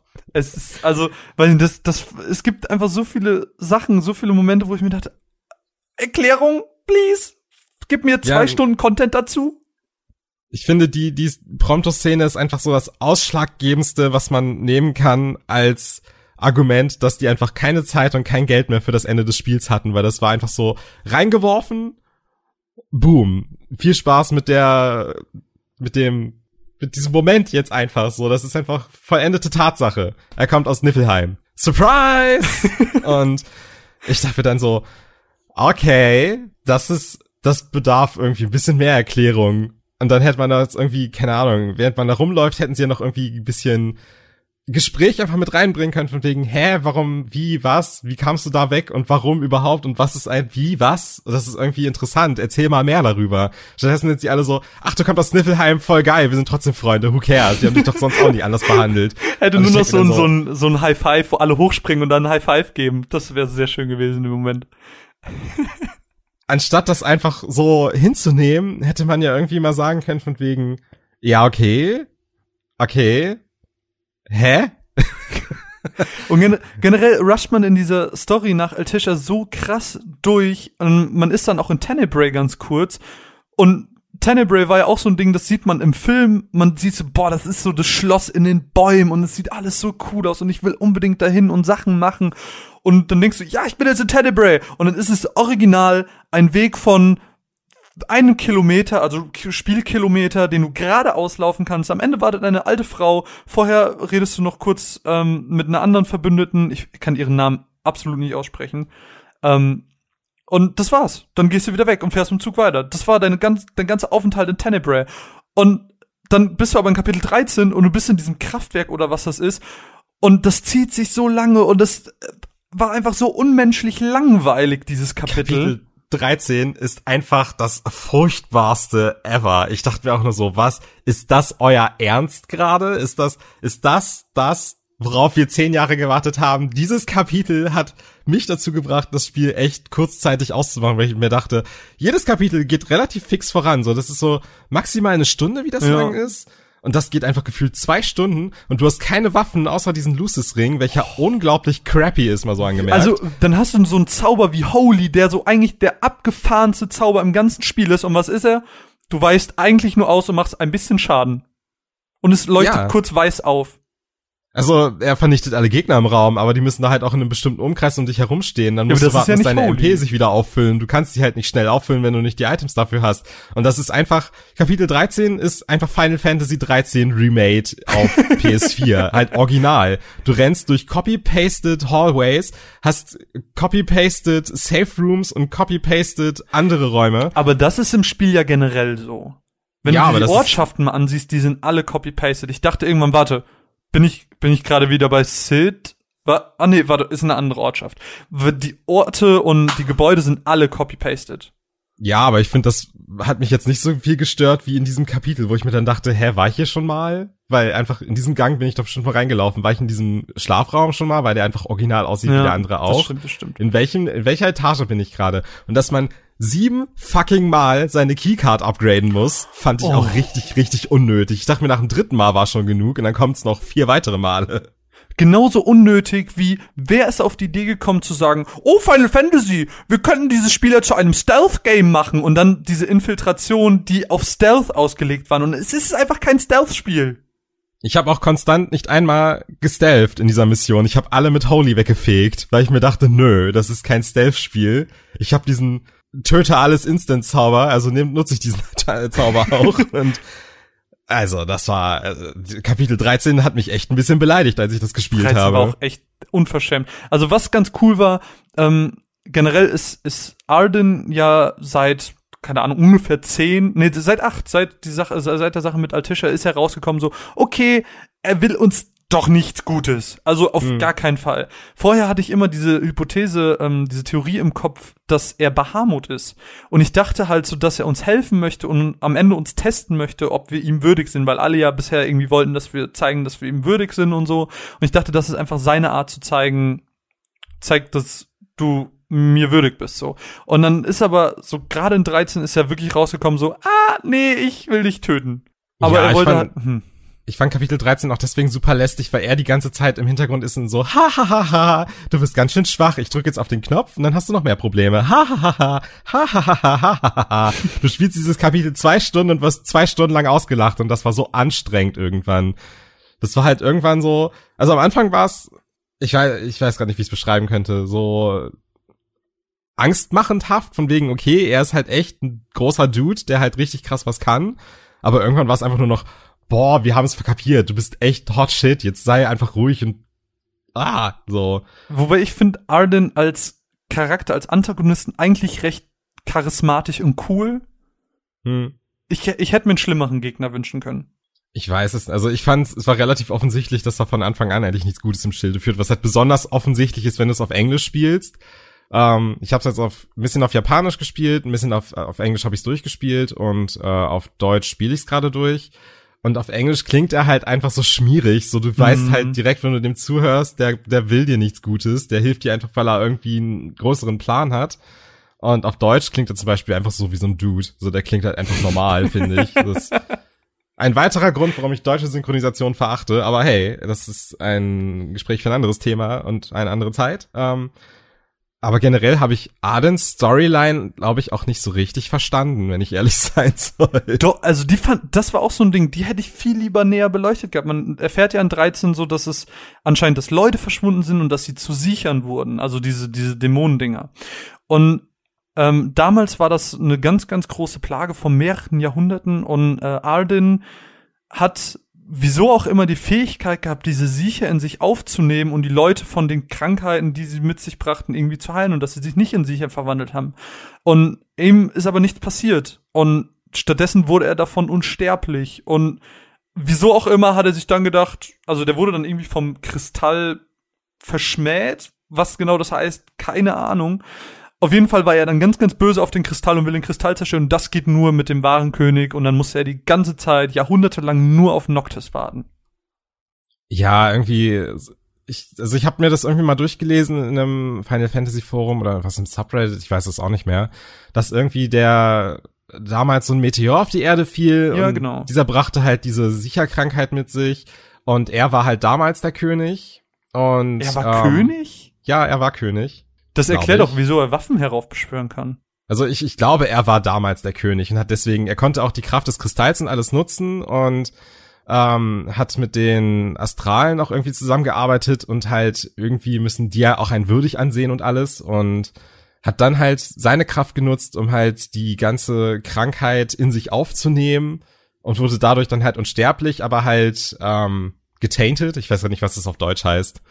Es ist, also, weil das, das, es gibt einfach so viele Sachen, so viele Momente, wo ich mir dachte, Erklärung, please. Gib mir zwei ja, Stunden Content dazu. Ich finde, die, die Prompto-Szene ist einfach so das Ausschlaggebendste, was man nehmen kann als Argument, dass die einfach keine Zeit und kein Geld mehr für das Ende des Spiels hatten, weil das war einfach so reingeworfen, boom, viel Spaß mit der, mit dem, mit diesem Moment jetzt einfach so, das ist einfach vollendete Tatsache. Er kommt aus Niflheim. Surprise! Und ich dachte dann so, okay, das ist, das bedarf irgendwie ein bisschen mehr Erklärung. Und dann hätte man da jetzt irgendwie, keine Ahnung, während man da rumläuft, hätten sie ja noch irgendwie ein bisschen Gespräch einfach mit reinbringen können von wegen, hä, warum, wie, was, wie kamst du da weg und warum überhaupt und was ist ein, wie, was? Das ist irgendwie interessant, erzähl mal mehr darüber. Stattdessen sind sie alle so, ach, du kommst aus Niflheim, voll geil, wir sind trotzdem Freunde, who cares? Die haben dich doch sonst auch nie anders behandelt. Hätte nur noch so ein, so ein, so ein High Five, wo alle hochspringen und dann ein High Five geben. Das wäre sehr schön gewesen im Moment. Anstatt das einfach so hinzunehmen, hätte man ja irgendwie mal sagen können von wegen, ja, okay, okay, hä? Und gen- generell rusht man in dieser Story nach Altissia so krass durch und man ist dann auch in Tenebrae ganz kurz und Tenebrae war ja auch so ein Ding, das sieht man im Film, man sieht so, boah, das ist so das Schloss in den Bäumen und es sieht alles so cool aus und ich will unbedingt dahin und Sachen machen und dann denkst du, ja, ich bin jetzt in Tenebrae und dann ist es original ein Weg von einen Kilometer, also Spielkilometer, den du gerade auslaufen kannst. Am Ende wartet eine alte Frau. Vorher redest du noch kurz ähm, mit einer anderen Verbündeten. Ich kann ihren Namen absolut nicht aussprechen. Ähm, und das war's. Dann gehst du wieder weg und fährst mit dem Zug weiter. Das war deine ganz, dein ganzer Aufenthalt in Tenebrae. Und dann bist du aber in Kapitel dreizehn und du bist in diesem Kraftwerk oder was das ist. Und das zieht sich so lange und das war einfach so unmenschlich langweilig, dieses Kapitel. Kapitel dreizehn ist einfach das furchtbarste ever. Ich dachte mir auch nur so, was, ist das euer Ernst gerade? Ist das, ist das, das, worauf wir zehn Jahre gewartet haben? Dieses Kapitel hat mich dazu gebracht, das Spiel echt kurzzeitig auszumachen, weil ich mir dachte, jedes Kapitel geht relativ fix voran. So, das ist so maximal eine Stunde, wie das ja. lang ist. Und das geht einfach gefühlt zwei Stunden und du hast keine Waffen außer diesen Lucis-Ring, welcher oh. unglaublich crappy ist, mal so angemerkt. Also, dann hast du so einen Zauber wie Holy, der so eigentlich der abgefahrenste Zauber im ganzen Spiel ist. Und was ist er? Du weichst eigentlich nur aus und machst ein bisschen Schaden. Und es leuchtet ja. kurz weiß auf. Also, er vernichtet alle Gegner im Raum, aber die müssen da halt auch in einem bestimmten Umkreis um dich herumstehen. Dann musst ja, du warten, ja dass deine holy. M P sich wieder auffüllen. Du kannst sie halt nicht schnell auffüllen, wenn du nicht die Items dafür hast. Und das ist einfach, Kapitel dreizehn ist einfach Final Fantasy dreizehn Remade auf P S vier. Halt original. Du rennst durch copy-pasted Hallways, hast copy-pasted Safe Rooms und copy-pasted andere Räume. Aber das ist im Spiel ja generell so. Wenn ja, du die aber Ortschaften mal ansiehst, die sind alle copy-pasted. Ich dachte irgendwann, warte, bin ich bin ich gerade wieder bei Sid? War, ah nee, warte, ist eine andere Ortschaft. Die Orte und die Gebäude sind alle copy-pasted. Ja, aber ich finde, das hat mich jetzt nicht so viel gestört wie in diesem Kapitel, wo ich mir dann dachte, hä, war ich hier schon mal? Weil einfach in diesem Gang bin ich doch bestimmt mal reingelaufen. War ich in diesem Schlafraum schon mal, weil der einfach original aussieht ja, wie der andere auch. Das stimmt, das stimmt. In welchem, in welcher Etage bin ich gerade? Und dass man sieben fucking Mal seine Keycard upgraden muss, fand ich oh. auch richtig, richtig unnötig. Ich dachte mir, nach dem dritten Mal war schon genug und dann kommt's noch vier weitere Male. Genauso unnötig wie, wer ist auf die Idee gekommen zu sagen, oh, Final Fantasy, wir könnten dieses Spiel ja zu einem Stealth-Game machen und dann diese Infiltration, die auf Stealth ausgelegt waren. Und es ist einfach kein Stealth-Spiel. Ich habe auch konstant nicht einmal gestelft in dieser Mission. Ich habe alle mit Holy weggefegt, weil ich mir dachte, nö, das ist kein Stealth-Spiel. Ich habe diesen Töte alles Instant-Zauber, also nehm, nutze ich diesen Zauber auch. Und also, das war, also, Kapitel dreizehn hat mich echt ein bisschen beleidigt, als ich das gespielt dreizehn habe. War auch echt unverschämt. Also, was ganz cool war, ähm, generell ist, ist Arden ja seit, keine Ahnung, ungefähr zehn, nee, seit acht, seit die Sache, seit der Sache mit Altisha ist er rausgekommen, so, okay, er will uns doch nichts Gutes. Also auf mhm. gar keinen Fall. Vorher hatte ich immer diese Hypothese, ähm, diese Theorie im Kopf, dass er Bahamut ist. Und ich dachte halt so, dass er uns helfen möchte und am Ende uns testen möchte, ob wir ihm würdig sind, weil alle ja bisher irgendwie wollten, dass wir zeigen, dass wir ihm würdig sind und so. Und ich dachte, das ist einfach seine Art zu zeigen, zeigt, dass du mir würdig bist, so. Und dann ist aber so, gerade in dreizehn ist er wirklich rausgekommen, so, ah, nee, ich will dich töten. Aber ja, er wollte fand, halt, hm. Ich fand Kapitel dreizehn auch deswegen super lästig, weil er die ganze Zeit im Hintergrund ist und so, ha, ha, ha, ha, du bist ganz schön schwach, ich drücke jetzt auf den Knopf und dann hast du noch mehr Probleme. Ha, ha, ha, ha, ha, ha, ha, ha, ha, ha. Du spielst dieses Kapitel zwei Stunden und wirst zwei Stunden lang ausgelacht und das war so anstrengend irgendwann. Das war halt irgendwann so, also am Anfang war es, ich weiß, ich weiß gar nicht, wie ich es beschreiben könnte, so angstmachendhaft, von wegen, okay, er ist halt echt ein großer Dude, der halt richtig krass was kann, aber irgendwann war es einfach nur noch, boah, wir haben es verkapiert, du bist echt hot shit, jetzt sei einfach ruhig und ah, so. Wobei ich finde Arden als Charakter, als Antagonisten eigentlich recht charismatisch und cool. Hm. Ich, ich hätte mir einen schlimmeren Gegner wünschen können. Ich weiß es, also ich fand, es war relativ offensichtlich, dass da von Anfang an eigentlich nichts Gutes im Schilde führt, was halt besonders offensichtlich ist, wenn du es auf Englisch spielst. Ähm, ich habe es jetzt auf ein bisschen auf Japanisch gespielt, ein bisschen auf, auf Englisch habe ich es durchgespielt und äh, auf Deutsch spiele ich es gerade durch. Und auf Englisch klingt er halt einfach so schmierig, so du weißt mhm. halt direkt, wenn du dem zuhörst, der der will dir nichts Gutes, der hilft dir einfach, weil er irgendwie einen größeren Plan hat. Und auf Deutsch klingt er zum Beispiel einfach so wie so ein Dude, so der klingt halt einfach normal, finde ich. Das ist ein weiterer Grund, warum ich deutsche Synchronisation verachte, aber hey, das ist ein Gespräch für ein anderes Thema und eine andere Zeit. Ähm, Aber generell habe ich Ardens Storyline, glaube ich, auch nicht so richtig verstanden, wenn ich ehrlich sein soll. Doch, also die fand, das war auch so ein Ding, die hätte ich viel lieber näher beleuchtet gehabt. Man erfährt ja in dreizehn so, dass es anscheinend, dass Leute verschwunden sind und dass sie zu Siechern wurden, also diese diese Dämonendinger. Und ähm, damals war das eine ganz, ganz große Plage von mehreren Jahrhunderten und äh, Arden hat wieso auch immer die Fähigkeit gehabt, diese Siecher in sich aufzunehmen und die Leute von den Krankheiten, die sie mit sich brachten, irgendwie zu heilen und dass sie sich nicht in Siecher verwandelt haben. Und ihm ist aber nichts passiert. Und stattdessen wurde er davon unsterblich. Und wieso auch immer hat er sich dann gedacht, also der wurde dann irgendwie vom Kristall verschmäht. Was genau das heißt, keine Ahnung. Auf jeden Fall war er dann ganz, ganz böse auf den Kristall und will den Kristall zerstören. Das geht nur mit dem wahren König. Und dann musste er die ganze Zeit, jahrhundertelang, nur auf Noctis warten. Ja, irgendwie, ich, also ich habe mir das irgendwie mal durchgelesen in einem Final Fantasy Forum oder was im Subreddit, ich weiß es auch nicht mehr, dass irgendwie der damals so ein Meteor auf die Erde fiel. Ja, und genau. Dieser brachte halt diese Sicherkrankheit mit sich. Und er war halt damals der König. Und er war ähm, König? Ja, er war König. Das erklärt doch, wieso er Waffen heraufbeschwören kann. Also ich, ich glaube, er war damals der König und hat deswegen, er konnte auch die Kraft des Kristalls und alles nutzen und ähm, hat mit den Astralen auch irgendwie zusammengearbeitet und halt irgendwie müssen die ja auch einen würdig ansehen und alles und hat dann halt seine Kraft genutzt, um halt die ganze Krankheit in sich aufzunehmen und wurde dadurch dann halt unsterblich, aber halt ähm, getainted. Ich weiß ja nicht, was das auf Deutsch heißt.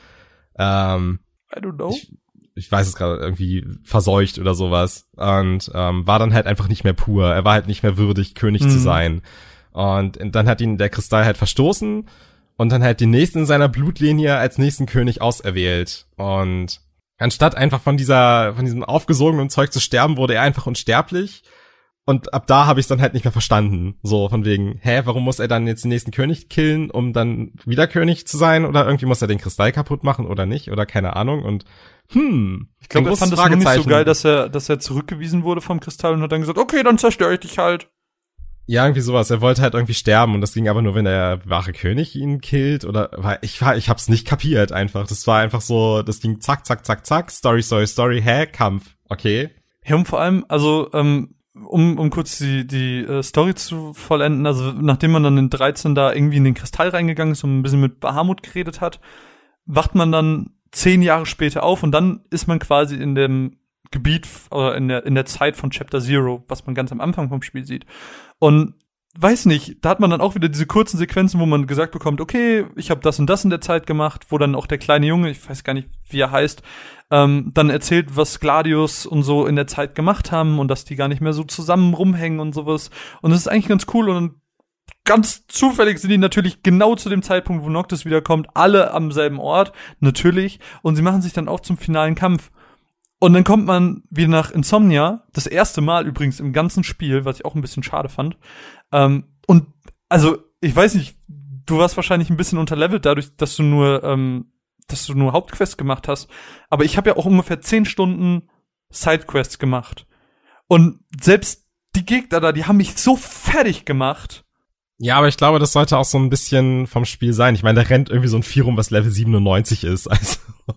Ähm, I don't know. Ich, ich weiß es gerade, irgendwie verseucht oder sowas. Und ähm, war dann halt einfach nicht mehr pur. Er war halt nicht mehr würdig, König mhm. zu sein. Und dann hat ihn der Kristall halt verstoßen und dann halt den nächsten in seiner Blutlinie als nächsten König auserwählt. Und anstatt einfach von dieser, von diesem aufgesogenen Zeug zu sterben, wurde er einfach unsterblich. Und ab da habe ich es dann halt nicht mehr verstanden. So von wegen, hä, warum muss er dann jetzt den nächsten König killen, um dann wieder König zu sein? Oder irgendwie muss er den Kristall kaputt machen oder nicht? Oder keine Ahnung. Und hm. Ich glaube, er fand es nur nicht so geil, dass er, dass er zurückgewiesen wurde vom Kristall und hat dann gesagt, okay, dann zerstöre ich dich halt. Ja, irgendwie sowas. Er wollte halt irgendwie sterben und das ging aber nur, wenn der wahre König ihn killt oder weil ich war, ich hab's nicht kapiert einfach. Das war einfach so, das ging zack, zack, zack, zack, Story, Story, Story, hä, Kampf, okay. Ja, und vor allem, also, ähm, um, um kurz die, die äh, Story zu vollenden, also nachdem man dann in dreizehn da irgendwie in den Kristall reingegangen ist und ein bisschen mit Bahamut geredet hat, wacht man dann zehn Jahre später auf und dann ist man quasi in dem Gebiet oder in der in der Zeit von Chapter Zero, was man ganz am Anfang vom Spiel sieht. Und weiß nicht, da hat man dann auch wieder diese kurzen Sequenzen, wo man gesagt bekommt, okay, ich habe das und das in der Zeit gemacht, wo dann auch der kleine Junge, ich weiß gar nicht, wie er heißt, ähm, dann erzählt, was Gladius und so in der Zeit gemacht haben und dass die gar nicht mehr so zusammen rumhängen und sowas. Und das ist eigentlich ganz cool und ganz zufällig sind die natürlich genau zu dem Zeitpunkt, wo Noctis wiederkommt, alle am selben Ort, natürlich. Und sie machen sich dann auch zum finalen Kampf. Und dann kommt man wieder nach Insomnia, das erste Mal übrigens im ganzen Spiel, was ich auch ein bisschen schade fand. Ähm, und also, ich weiß nicht, du warst wahrscheinlich ein bisschen unterlevelt dadurch, dass du nur, ähm, dass du nur Hauptquests gemacht hast. Aber ich habe ja auch ungefähr zehn Stunden Sidequests gemacht. Und selbst die Gegner da, die haben mich so fertig gemacht. Ja, aber ich glaube, das sollte auch so ein bisschen vom Spiel sein. Ich meine, da rennt irgendwie so ein Vieh rum, was Level siebenundneunzig ist. Also,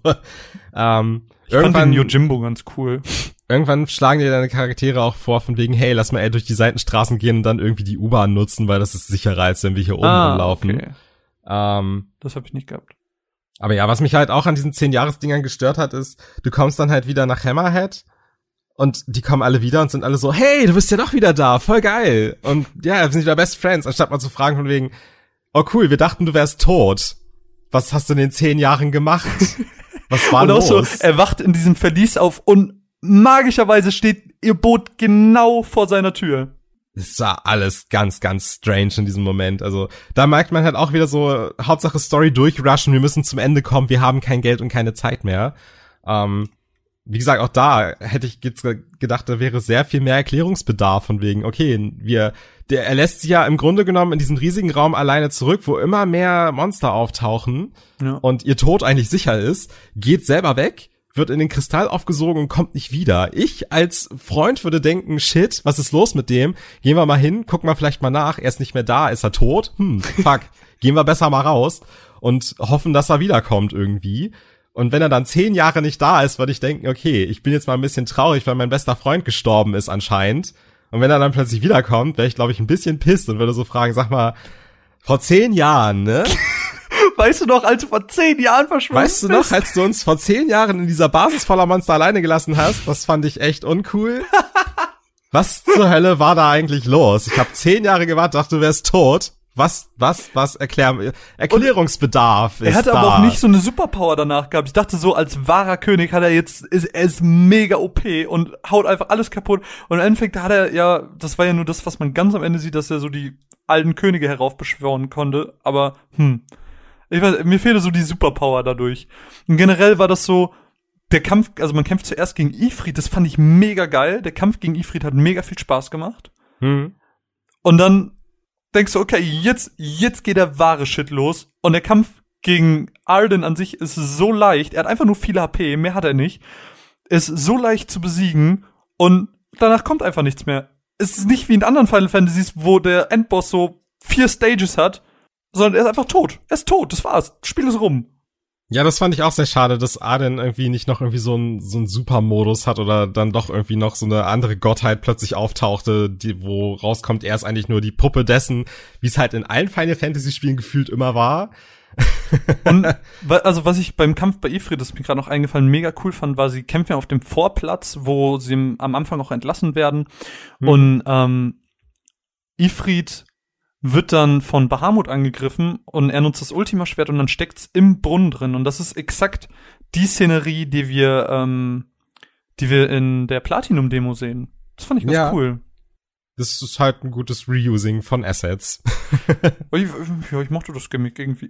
ähm, ich fand den Yojimbo ganz cool. Irgendwann schlagen dir deine Charaktere auch vor, von wegen, hey, lass mal eher durch die Seitenstraßen gehen und dann irgendwie die U-Bahn nutzen, weil das ist sicherer, als wenn wir hier oben ah, rumlaufen. Okay. Ähm, das habe ich nicht gehabt. Aber ja, was mich halt auch an diesen zehn-Jahres-Dingern gestört hat, ist, du kommst dann halt wieder nach Hammerhead und die kommen alle wieder und sind alle so, hey, du bist ja doch wieder da, voll geil. Und ja, wir sind wieder Best Friends, anstatt mal zu fragen von wegen, oh cool, wir dachten, du wärst tot. Was hast du in den zehn Jahren gemacht? Was war und los? Und auch so, er wacht in diesem Verlies auf und magischerweise steht ihr Boot genau vor seiner Tür. Das war alles ganz, ganz strange in diesem Moment. Also da merkt man halt auch wieder so, Hauptsache Story durchrushen, wir müssen zum Ende kommen, wir haben kein Geld und keine Zeit mehr. Ähm, wie gesagt, auch da hätte ich jetzt gedacht, da wäre sehr viel mehr Erklärungsbedarf von wegen, okay, wir, der, er lässt sie ja im Grunde genommen in diesen riesigen Raum alleine zurück, wo immer mehr Monster auftauchen ja. und ihr Tod eigentlich sicher ist, geht selber weg, wird in den Kristall aufgesogen und kommt nicht wieder. Ich als Freund würde denken, shit, was ist los mit dem? Gehen wir mal hin, gucken wir vielleicht mal nach, er ist nicht mehr da, ist er tot? Hm, fuck, gehen wir besser mal raus und hoffen, dass er wiederkommt irgendwie. Und wenn er dann zehn Jahre nicht da ist, würde ich denken, okay, ich bin jetzt mal ein bisschen traurig, weil mein bester Freund gestorben ist anscheinend. Und wenn er dann plötzlich wiederkommt, wäre ich, glaube ich, ein bisschen pisst und würde so fragen, sag mal, vor zehn Jahren, ne? Weißt du noch, als du vor zehn Jahren verschwunden bist? Weißt du noch, als du uns vor zehn Jahren in dieser Basis voller Monster alleine gelassen hast? Das fand ich echt uncool. Was zur Hölle war da eigentlich los? Ich habe zehn Jahre gewartet, dachte, du wärst tot. Was, was, was, erklär, Erklärungsbedarf ist da. Er hatte aber auch nicht so eine Superpower danach gehabt. Ich dachte so, als wahrer König hat er jetzt, ist, er ist mega O P und haut einfach alles kaputt. Und im Endeffekt hat er ja, das war ja nur das, was man ganz am Ende sieht, dass er so die alten Könige heraufbeschwören konnte. Aber, hm, ich weiß, mir fehlte so die Superpower dadurch. Und generell war das so, der Kampf, also man kämpft zuerst gegen Ifrit, das fand ich mega geil. Der Kampf gegen Ifrit hat mega viel Spaß gemacht. Hm. Und dann denkst du, okay, jetzt, jetzt geht der wahre Shit los. Und der Kampf gegen Arden an sich ist so leicht. Er hat einfach nur viele H P, mehr hat er nicht. Ist so leicht zu besiegen. Und danach kommt einfach nichts mehr. Es ist nicht wie in anderen Final Fantasies, wo der Endboss so vier Stages hat, sondern er ist einfach tot. Er ist tot, das war's. Das Spiel ist rum. Ja, das fand ich auch sehr schade, dass Arden irgendwie nicht noch irgendwie so ein so ein Supermodus hat oder dann doch irgendwie noch so eine andere Gottheit plötzlich auftauchte, die wo rauskommt, er ist eigentlich nur die Puppe dessen, wie es halt in allen Final Fantasy Spielen gefühlt immer war. Und also was ich beim Kampf bei Ifrit, das ist mir gerade noch eingefallen, mega cool fand, war, sie kämpfen auf dem Vorplatz, wo sie am Anfang auch entlassen werden. Mhm. Und ähm, Ifrit wird dann von Bahamut angegriffen und er nutzt das Ultima-Schwert und dann steckt's im Brunnen drin. Und das ist exakt die Szenerie, die wir, ähm, die wir in der Platinum-Demo sehen. Das fand ich ganz ja. cool. Das ist halt ein gutes Reusing von Assets. ich, ja, ich mochte das Gimmick irgendwie.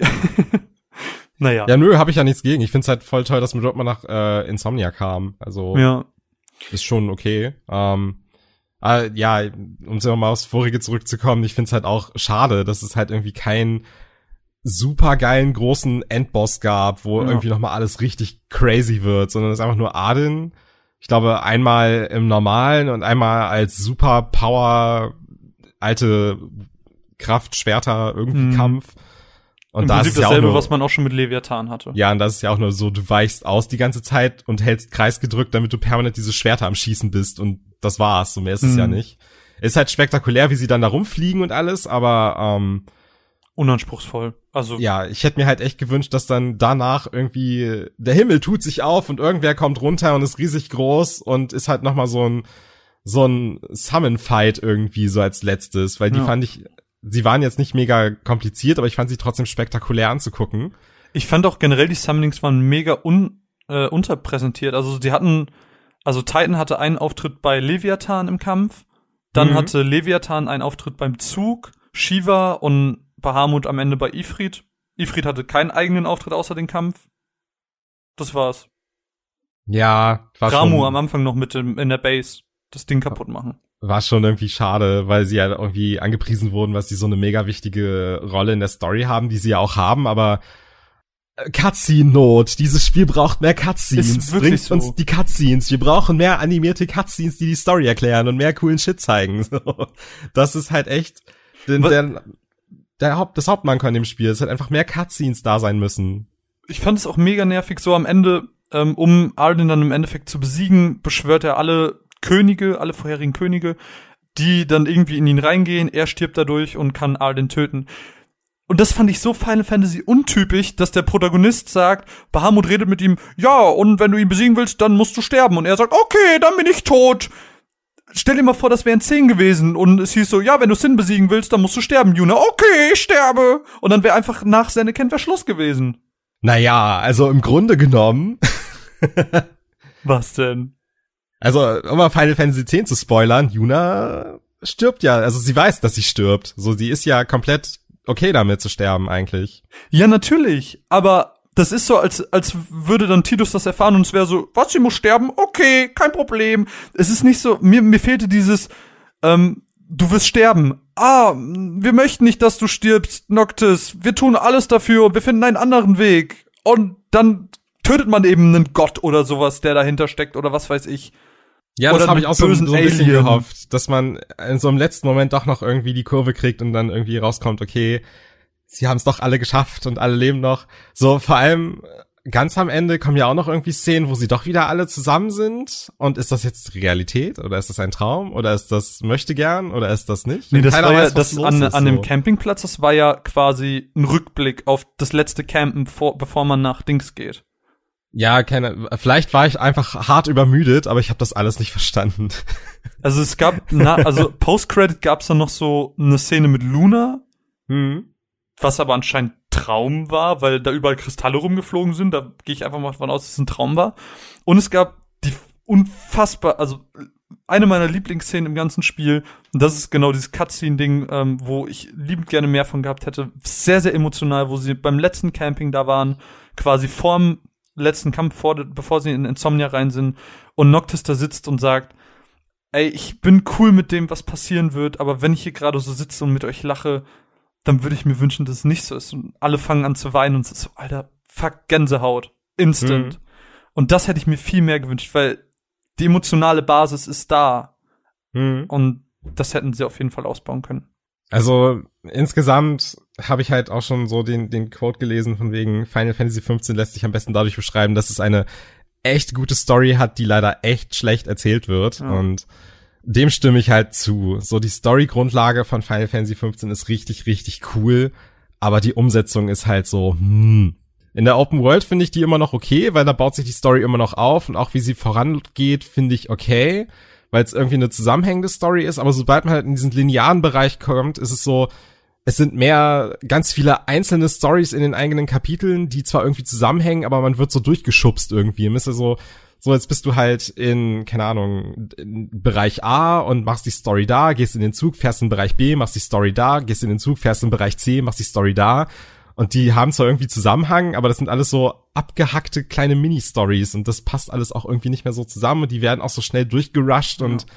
naja. Ja, nö, hab ich ja nichts gegen. Ich find's halt voll toll, dass man dort mal nach äh, Insomnia kam. Also, ja. Ist schon okay. Ähm, äh, ja, um mal aufs Vorige zurückzukommen, ich find's halt auch schade, dass es halt irgendwie keinen super geilen großen Endboss gab, wo ja. irgendwie nochmal alles richtig crazy wird, sondern es ist einfach nur Arden. Ich glaube, einmal im Normalen und einmal als super Power alte Kraft-Schwerter irgendwie mhm. Kampf. Und Im da Prinzip ist ja dasselbe, auch nur, was man auch schon mit Leviathan hatte. Ja, und das ist ja auch nur so, du weichst aus die ganze Zeit und hältst Kreis gedrückt, damit du permanent diese Schwerter am Schießen bist und das war's. So mehr ist es mhm. ja nicht. Ist halt spektakulär, wie sie dann da rumfliegen und alles, aber ähm, unanspruchsvoll. Also ja, ich hätte mir halt echt gewünscht, dass dann danach irgendwie der Himmel tut sich auf und irgendwer kommt runter und ist riesig groß und ist halt noch mal so ein so ein Summon-Fight irgendwie so als letztes, weil die ja. fand ich, sie waren jetzt nicht mega kompliziert, aber ich fand sie trotzdem spektakulär anzugucken. Ich fand auch generell, die Summonings waren mega un, äh, unterpräsentiert. Also die hatten, also Titan hatte einen Auftritt bei Leviathan im Kampf, dann mhm. hatte Leviathan einen Auftritt beim Zug, Shiva und Bahamut am Ende bei Ifrit. Ifrit hatte keinen eigenen Auftritt außer den Kampf. Das war's. Ja, war Ramu schon, am Anfang noch mit dem, in der Base das Ding kaputt machen. War schon irgendwie schade, weil sie ja irgendwie angepriesen wurden, was sie so eine mega wichtige Rolle in der Story haben, die sie ja auch haben, aber Cutscene-Not. Dieses Spiel braucht mehr Cutscenes. Bringt so. uns die Cutscenes. Wir brauchen mehr animierte Cutscenes, die die Story erklären und mehr coolen Shit zeigen. So. Das ist halt echt der, der, der Haupt, das Hauptmanko an dem Spiel. Es hat einfach mehr Cutscenes da sein müssen. Ich fand es auch mega nervig, so am Ende, ähm, um Arden dann im Endeffekt zu besiegen, beschwört er alle Könige, alle vorherigen Könige, die dann irgendwie in ihn reingehen. Er stirbt dadurch und kann Arden töten. Und das fand ich so Final Fantasy untypisch, dass der Protagonist sagt, Bahamut redet mit ihm, ja, und wenn du ihn besiegen willst, dann musst du sterben. Und er sagt, okay, dann bin ich tot. Stell dir mal vor, das wären zehn gewesen. Und es hieß so, ja, wenn du Sin besiegen willst, dann musst du sterben, Yuna. Okay, ich sterbe. Und dann wäre einfach nach Senekenn wär Schluss gewesen. Naja, also im Grunde genommen. Was denn? Also, um mal Final Fantasy X zu spoilern, Yuna stirbt ja. Also sie weiß, dass sie stirbt. So, sie ist ja komplett okay damit zu sterben eigentlich. Ja, natürlich. Aber das ist so, als als würde dann Tidus das erfahren und es wäre so, was, sie muss sterben? Okay, kein Problem. Es ist nicht so, mir mir fehlte dieses, ähm, du wirst sterben. Ah, wir möchten nicht, dass du stirbst, Noctis. Wir tun alles dafür. Wir finden einen anderen Weg. Und dann tötet man eben einen Gott oder sowas, der dahinter steckt oder was weiß ich. Ja, das habe ich auch so, so ein bisschen gehofft, dass man in so einem letzten Moment doch noch irgendwie die Kurve kriegt und dann irgendwie rauskommt, okay, sie haben es doch alle geschafft und alle leben noch. So, vor allem ganz am Ende kommen ja auch noch irgendwie Szenen, wo sie doch wieder alle zusammen sind. Und ist das jetzt Realität oder ist das ein Traum oder ist das möchte gern oder ist das nicht? Nee, das war ja, das an, an dem Campingplatz, das war ja quasi ein Rückblick auf das letzte Campen, vor, bevor man nach Dings geht. Ja, keine, vielleicht war ich einfach hart übermüdet, aber ich habe das alles nicht verstanden. Also es gab, na, also Post-Credit gab's dann noch so eine Szene mit Luna, mhm. was aber anscheinend Traum war, weil da überall Kristalle rumgeflogen sind. Da gehe ich einfach mal davon aus, dass es ein Traum war. Und es gab die unfassbar, also eine meiner Lieblingsszenen im ganzen Spiel, und das ist genau dieses Cutscene-Ding, ähm, wo ich liebend gerne mehr von gehabt hätte. Sehr, sehr emotional, wo sie beim letzten Camping da waren, quasi vorm letzten Kampf, vor, bevor sie in Insomnia rein sind, und Noctis da sitzt und sagt, ey, ich bin cool mit dem, was passieren wird, aber wenn ich hier gerade so sitze und mit euch lache, dann würde ich mir wünschen, dass es nicht so ist. Und alle fangen an zu weinen und es ist so, Alter, fuck, Gänsehaut. Instant. Mhm. Und das hätte ich mir viel mehr gewünscht, weil die emotionale Basis ist da. Mhm. Und das hätten sie auf jeden Fall ausbauen können. Also insgesamt habe ich halt auch schon so den den Quote gelesen von wegen Final Fantasy fünfzehn lässt sich am besten dadurch beschreiben, dass es eine echt gute Story hat, die leider echt schlecht erzählt wird. Ja. Und dem stimme ich halt zu. So die Story-Grundlage von Final Fantasy fünfzehn ist richtig, richtig cool, aber die Umsetzung ist halt so, hm. In der Open World finde ich die immer noch okay, weil da baut sich die Story immer noch auf und auch wie sie vorangeht, finde ich okay, weil es irgendwie eine zusammenhängende Story ist, aber sobald man halt in diesen linearen Bereich kommt, ist es so, es sind mehr ganz viele einzelne Stories in den eigenen Kapiteln, die zwar irgendwie zusammenhängen, aber man wird so durchgeschubst irgendwie. Man ist ja so, so jetzt bist du halt in, keine Ahnung, in Bereich A und machst die Story da, gehst in den Zug, fährst in Bereich B, machst die Story da, gehst in den Zug, fährst in Bereich C, machst die Story da. Und die haben zwar irgendwie Zusammenhang, aber das sind alles so abgehackte kleine Mini-Stories und das passt alles auch irgendwie nicht mehr so zusammen und die werden auch so schnell durchgerusht ja. und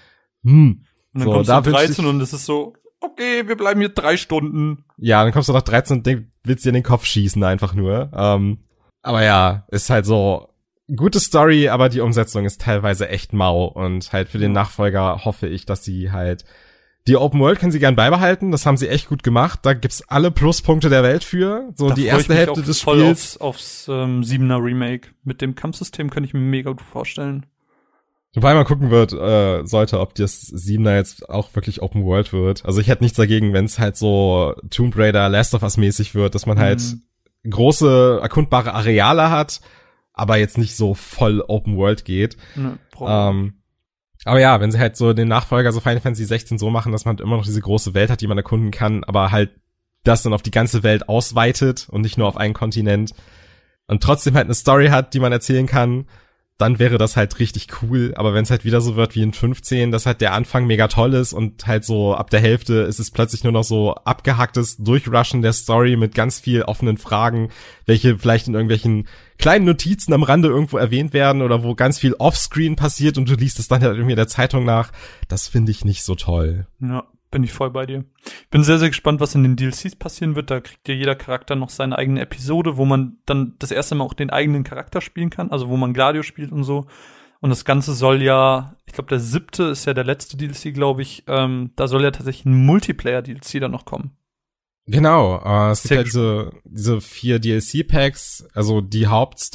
hm. Und dann so, kommst da du dreizehn und es ist so, okay, wir bleiben hier drei Stunden. Ja, dann kommst du nach dreizehn und denk, willst dir in den Kopf schießen einfach nur. Ähm, aber ja, ist halt so gute Story, aber die Umsetzung ist teilweise echt mau und halt für den Nachfolger hoffe ich, dass sie halt die Open World können sie gern beibehalten, das haben sie echt gut gemacht. Da gibt's alle Pluspunkte der Welt für. So da die erste Hälfte des voll Spiels. Aufs, aufs ähm, siebener Remake. Mit dem Kampfsystem kann ich mir mega gut vorstellen. Wobei man gucken wird, äh, sollte, ob das Siebener jetzt auch wirklich Open World wird. Also ich hätte nichts dagegen, wenn es halt so Tomb Raider, Last of Us mäßig wird, dass man halt mhm. große, erkundbare Areale hat, aber jetzt nicht so voll Open World geht. Ne, ähm, Aber ja, wenn sie halt so den Nachfolger so Final Fantasy sechzehn so machen, dass man halt immer noch diese große Welt hat, die man erkunden kann, aber halt das dann auf die ganze Welt ausweitet und nicht nur auf einen Kontinent und trotzdem halt eine Story hat, die man erzählen kann, dann wäre das halt richtig cool. Aber wenn es halt wieder so wird wie in fünfzehn, dass halt der Anfang mega toll ist und halt so ab der Hälfte ist es plötzlich nur noch so abgehacktes Durchrushen der Story mit ganz viel offenen Fragen, welche vielleicht in irgendwelchen kleinen Notizen am Rande irgendwo erwähnt werden oder wo ganz viel Offscreen passiert und du liest es dann halt irgendwie in der Zeitung nach. Das finde ich nicht so toll. Ja, bin ich voll bei dir. Ich bin sehr, sehr gespannt, was in den D L Cs passieren wird. Da kriegt ja jeder Charakter noch seine eigene Episode, wo man dann das erste Mal auch den eigenen Charakter spielen kann, also wo man Gladio spielt und so. Und das Ganze soll ja, ich glaube, der siebte ist ja der letzte D L C, glaube ich. Ähm, da soll ja tatsächlich ein Multiplayer-D L C dann noch kommen. Genau, äh, es gibt ja diese, diese vier D L C-Packs, also die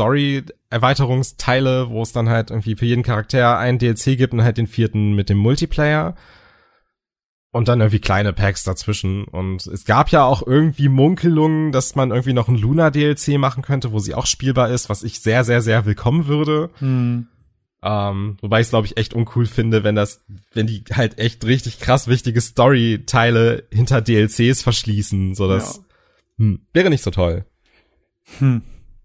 Haupt-Story-Erweiterungsteile, wo es dann halt irgendwie für jeden Charakter einen D L C gibt und halt den vierten mit dem Multiplayer. Und dann irgendwie kleine Packs dazwischen. Und es gab ja auch irgendwie Munkelungen, dass man irgendwie noch einen Luna-D L C machen könnte, wo sie auch spielbar ist, was ich sehr, sehr, sehr willkommen würde. Hm. Ähm, wobei ich es, glaube ich, echt uncool finde, wenn das, wenn die halt echt richtig krass wichtige Story-Teile hinter D L Cs verschließen, so dass, ja. hm, wäre nicht so toll. Hm.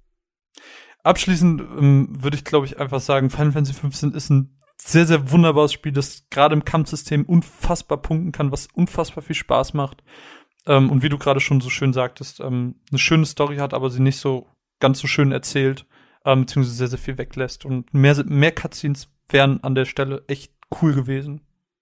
Abschließend ähm, würde ich, glaube ich, einfach sagen, Final Fantasy fünfzehn ist ein sehr, sehr wunderbares Spiel, das gerade im Kampfsystem unfassbar punkten kann, was unfassbar viel Spaß macht. Ähm, und wie du gerade schon so schön sagtest, ähm, eine schöne Story hat, aber sie nicht so ganz so schön erzählt, ähm, beziehungsweise sehr, sehr viel weglässt. Und mehr, mehr Cutscenes wären an der Stelle echt cool gewesen.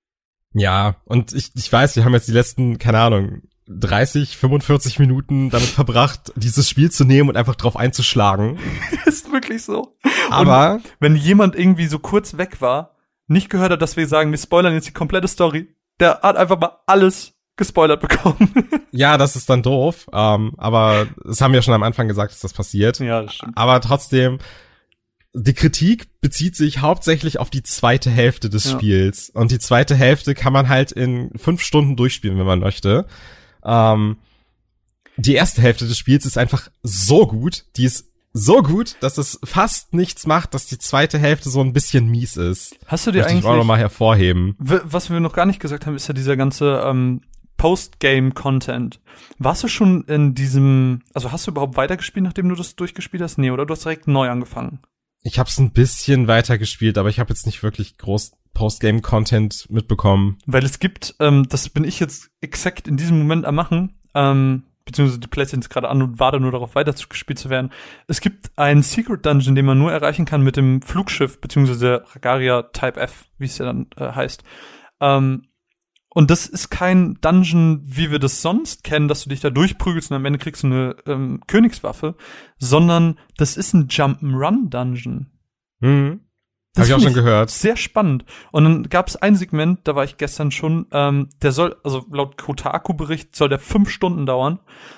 Ja, und ich, ich weiß, wir haben jetzt die letzten, keine Ahnung, dreißig, fünfundvierzig Minuten damit verbracht, dieses Spiel zu nehmen und einfach drauf einzuschlagen. Ist wirklich so. Aber und wenn jemand irgendwie so kurz weg war, nicht gehört hat, dass wir sagen, wir spoilern jetzt die komplette Story, der hat einfach mal alles gespoilert bekommen. Ja, das ist dann doof, ähm, aber das haben wir schon am Anfang gesagt, dass das passiert. Ja, das stimmt. Aber trotzdem, die Kritik bezieht sich hauptsächlich auf die zweite Hälfte des ja. Spiels. Und die zweite Hälfte kann man halt in fünf Stunden durchspielen, wenn man möchte. Ähm, die erste Hälfte des Spiels ist einfach so gut, die ist so gut, dass es fast nichts macht, dass die zweite Hälfte so ein bisschen mies ist. Hast du dir Möchte eigentlich ich auch noch mal hervorheben. Was wir noch gar nicht gesagt haben, ist ja dieser ganze ähm, Post-Game-Content. Warst du schon in diesem, also hast du überhaupt weitergespielt, nachdem du das durchgespielt hast? Nee, oder du hast direkt neu angefangen? Ich hab's ein bisschen weitergespielt, aber ich habe jetzt nicht wirklich groß Post-Game-Content mitbekommen. Weil es gibt, ähm, das bin ich jetzt exakt in diesem Moment am machen, ähm, beziehungsweise die Playstation ist gerade an und warte nur darauf, weitergespielt zu werden. Es gibt einen Secret Dungeon, den man nur erreichen kann mit dem Flugschiff, beziehungsweise Ragaria Type F, wie es ja dann äh, heißt. Ähm, und das ist kein Dungeon, wie wir das sonst kennen, dass du dich da durchprügelst und am Ende kriegst du eine ähm, Königswaffe, sondern das ist ein Jump'n'Run Dungeon. Mhm. Das Hab ich auch schon gehört. Sehr spannend. Und dann gab es ein Segment, da war ich gestern schon, ähm, der soll, also laut Kotaku-Bericht soll der fünf Stunden dauern.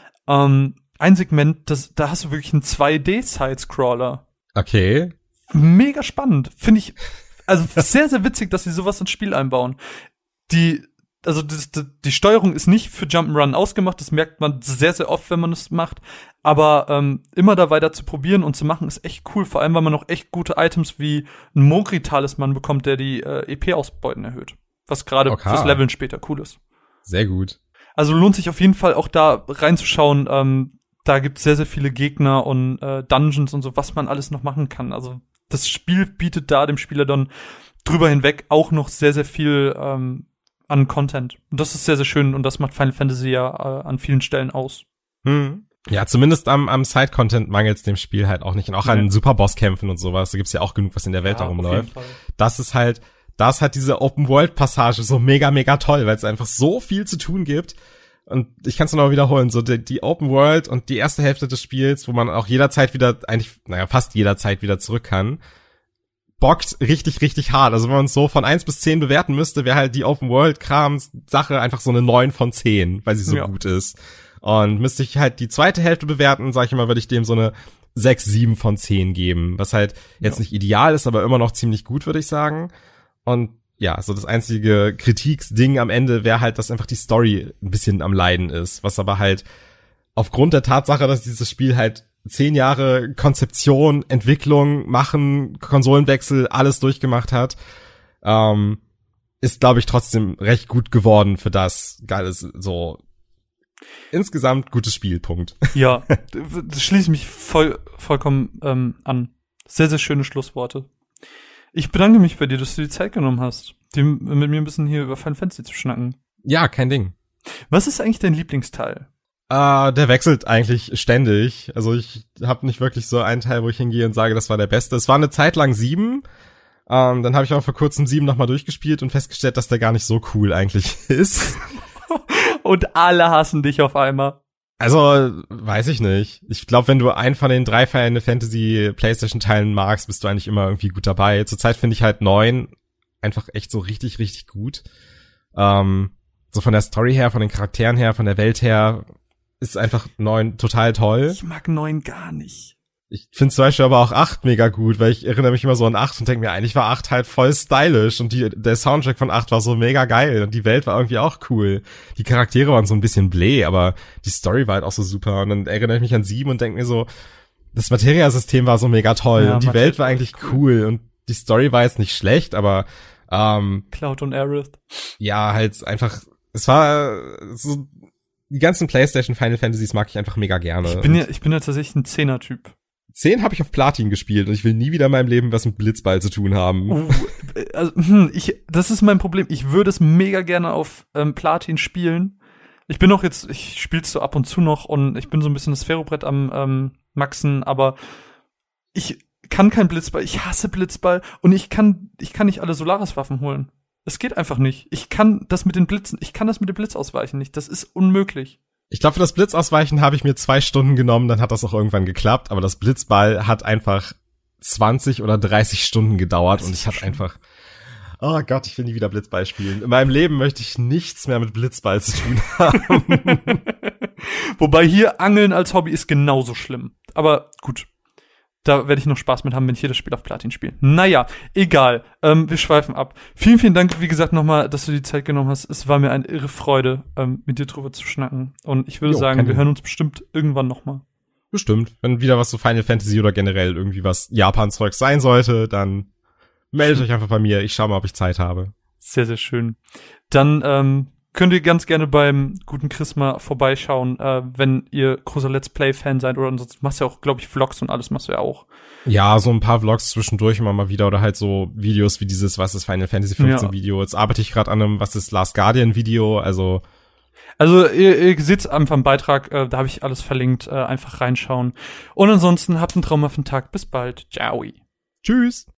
Ähm, ein Segment, das, da hast du wirklich einen zwei D-Side-Scroller. Okay. Mega spannend. Finde ich, also sehr, sehr witzig, dass sie sowas ins Spiel einbauen. Die, also das, die, die Steuerung ist nicht für Jump'n'Run ausgemacht, das merkt man sehr, sehr oft, wenn man es macht. Aber ähm, immer da weiter zu probieren und zu machen, ist echt cool. Vor allem, weil man noch echt gute Items wie einen Mogri-Talisman bekommt, der die äh, E P-Ausbeuten erhöht. Was gerade Okay. fürs Leveln später cool ist. Sehr gut. Also lohnt sich auf jeden Fall auch da reinzuschauen. Ähm, da gibt's sehr, sehr viele Gegner und äh, Dungeons und so, was man alles noch machen kann. Also das Spiel bietet da dem Spieler dann drüber hinweg auch noch sehr, sehr viel ähm, an Content. Und das ist sehr, sehr schön und das macht Final Fantasy ja äh, an vielen Stellen aus. Hm. Ja, zumindest am, am Side-Content mangelt's dem Spiel halt auch nicht. Und auch Nee. an Superboss-Kämpfen und sowas. Da gibt's ja auch genug, was in der Welt Ja, herumläuft. Das ist halt, da ist halt diese Open-World-Passage so mega, mega toll, weil es einfach so viel zu tun gibt. Und ich kann es noch mal wiederholen, so die, die Open World und die erste Hälfte des Spiels, wo man auch jederzeit wieder, eigentlich, naja, fast jederzeit wieder zurück kann, bockt richtig, richtig hart. Also wenn man es so von eins bis zehn bewerten müsste, wäre halt die Open World-Krams-Sache einfach so eine neun von zehn, weil sie so Ja. gut ist. Und müsste ich halt die zweite Hälfte bewerten, sag ich mal, würde ich dem so eine sechs, sieben von zehn geben. Was halt jetzt Ja. nicht ideal ist, aber immer noch ziemlich gut, würde ich sagen. Und ja, so das einzige Kritiksding am Ende wäre halt, dass einfach die Story ein bisschen am Leiden ist. Was aber halt aufgrund der Tatsache, dass dieses Spiel halt zehn Jahre Konzeption, Entwicklung, Machen, Konsolenwechsel, alles durchgemacht hat, ähm, ist, glaube ich, trotzdem recht gut geworden für das. Geiles, so insgesamt gutes Spiel, Punkt. Ja, das schließe ich mich voll, vollkommen ähm, an. Sehr, sehr schöne Schlussworte. Ich bedanke mich bei dir, dass du die Zeit genommen hast, die, mit mir ein bisschen hier über Final Fantasy zu schnacken. Ja, kein Ding. Was ist eigentlich dein Lieblingsteil? Äh, der wechselt eigentlich ständig. Also ich habe nicht wirklich so einen Teil, wo ich hingehe und sage, das war der beste. Es war eine Zeit lang sieben. Ähm, dann habe ich auch vor kurzem sieben nochmal durchgespielt und festgestellt, dass der gar nicht so cool eigentlich ist. Und alle hassen dich auf einmal. Also, weiß ich nicht. Ich glaube, wenn du einen von den drei Final Fantasy PlayStation-Teilen magst, bist du eigentlich immer irgendwie gut dabei. Zurzeit finde ich halt neun einfach echt so richtig, richtig gut. Ähm, so von der Story her, von den Charakteren her, von der Welt her ist einfach neun total toll. Ich mag neun gar nicht. Ich finde zum Beispiel aber auch acht mega gut, weil ich erinnere mich immer so an acht und denke mir, eigentlich war acht halt voll stylisch und die, der Soundtrack von acht war so mega geil und die Welt war irgendwie auch cool. Die Charaktere waren so ein bisschen bläh, aber die Story war halt auch so super und dann erinnere ich mich an sieben und denke mir so, das Materia-System war so mega toll Ja, und die Materia Welt war eigentlich cool. cool und die Story war jetzt nicht schlecht, aber ähm, Cloud und Aerith. ja, halt einfach, es war so, die ganzen PlayStation Final Fantasies mag ich einfach mega gerne. Ich bin ja, ich bin ja tatsächlich ein Zehner-Typ. zehn habe ich auf Platin gespielt und ich will nie wieder in meinem Leben was mit Blitzball zu tun haben. Uh, also, hm, ich, das ist mein Problem. Ich würde es mega gerne auf ähm, Platin spielen. Ich bin auch jetzt, ich spiel's so ab und zu noch und ich bin so ein bisschen das Ferrobrett am ähm, Maxen, aber ich kann kein Blitzball. Ich hasse Blitzball und ich kann, ich kann nicht alle Solaris-Waffen holen. Es geht einfach nicht. Ich kann das mit den Blitzen, ich kann das mit dem Blitz ausweichen nicht. Das ist unmöglich. Ich glaube, für das Blitzausweichen habe ich mir zwei Stunden genommen, dann hat das auch irgendwann geklappt, aber das Blitzball hat einfach zwanzig oder dreißig Stunden gedauert Das und ist ich so habe schlimm. einfach, oh Gott, ich will nie wieder Blitzball spielen. In meinem Leben möchte ich nichts mehr mit Blitzball zu tun haben. Wobei hier Angeln als Hobby ist genauso schlimm. Aber gut. Da werde ich noch Spaß mit haben, wenn ich hier das Spiel auf Platin spiele. Naja, egal. Ähm, wir schweifen ab. Vielen, vielen Dank, wie gesagt, nochmal, dass du die Zeit genommen hast. Es war mir eine irre Freude, ähm, mit dir drüber zu schnacken. Und ich würde Jo, sagen, kein wir Ding. hören uns bestimmt irgendwann nochmal. Bestimmt. Wenn wieder was zu Final Fantasy oder generell irgendwie was Japan-Zeugs sein sollte, dann meldet euch einfach bei mir. Ich schau mal, ob ich Zeit habe. Sehr, sehr schön. Dann ähm, könnt ihr ganz gerne beim guten Chris mal vorbeischauen, äh, wenn ihr großer Let's Play-Fan seid. Oder ansonsten machst du ja auch, glaube ich, Vlogs und alles machst du ja auch. Ja, so ein paar Vlogs zwischendurch immer mal wieder oder halt so Videos wie dieses, was ist Final Fantasy fünfzehn Ja. Video. Jetzt arbeite ich gerade an einem, was ist Last Guardian Video, also Also ihr, ihr seht's einfach im Beitrag, äh, da habe ich alles verlinkt, äh, einfach reinschauen. Und ansonsten habt einen traumhaften Tag, bis bald, ciao. tschüss.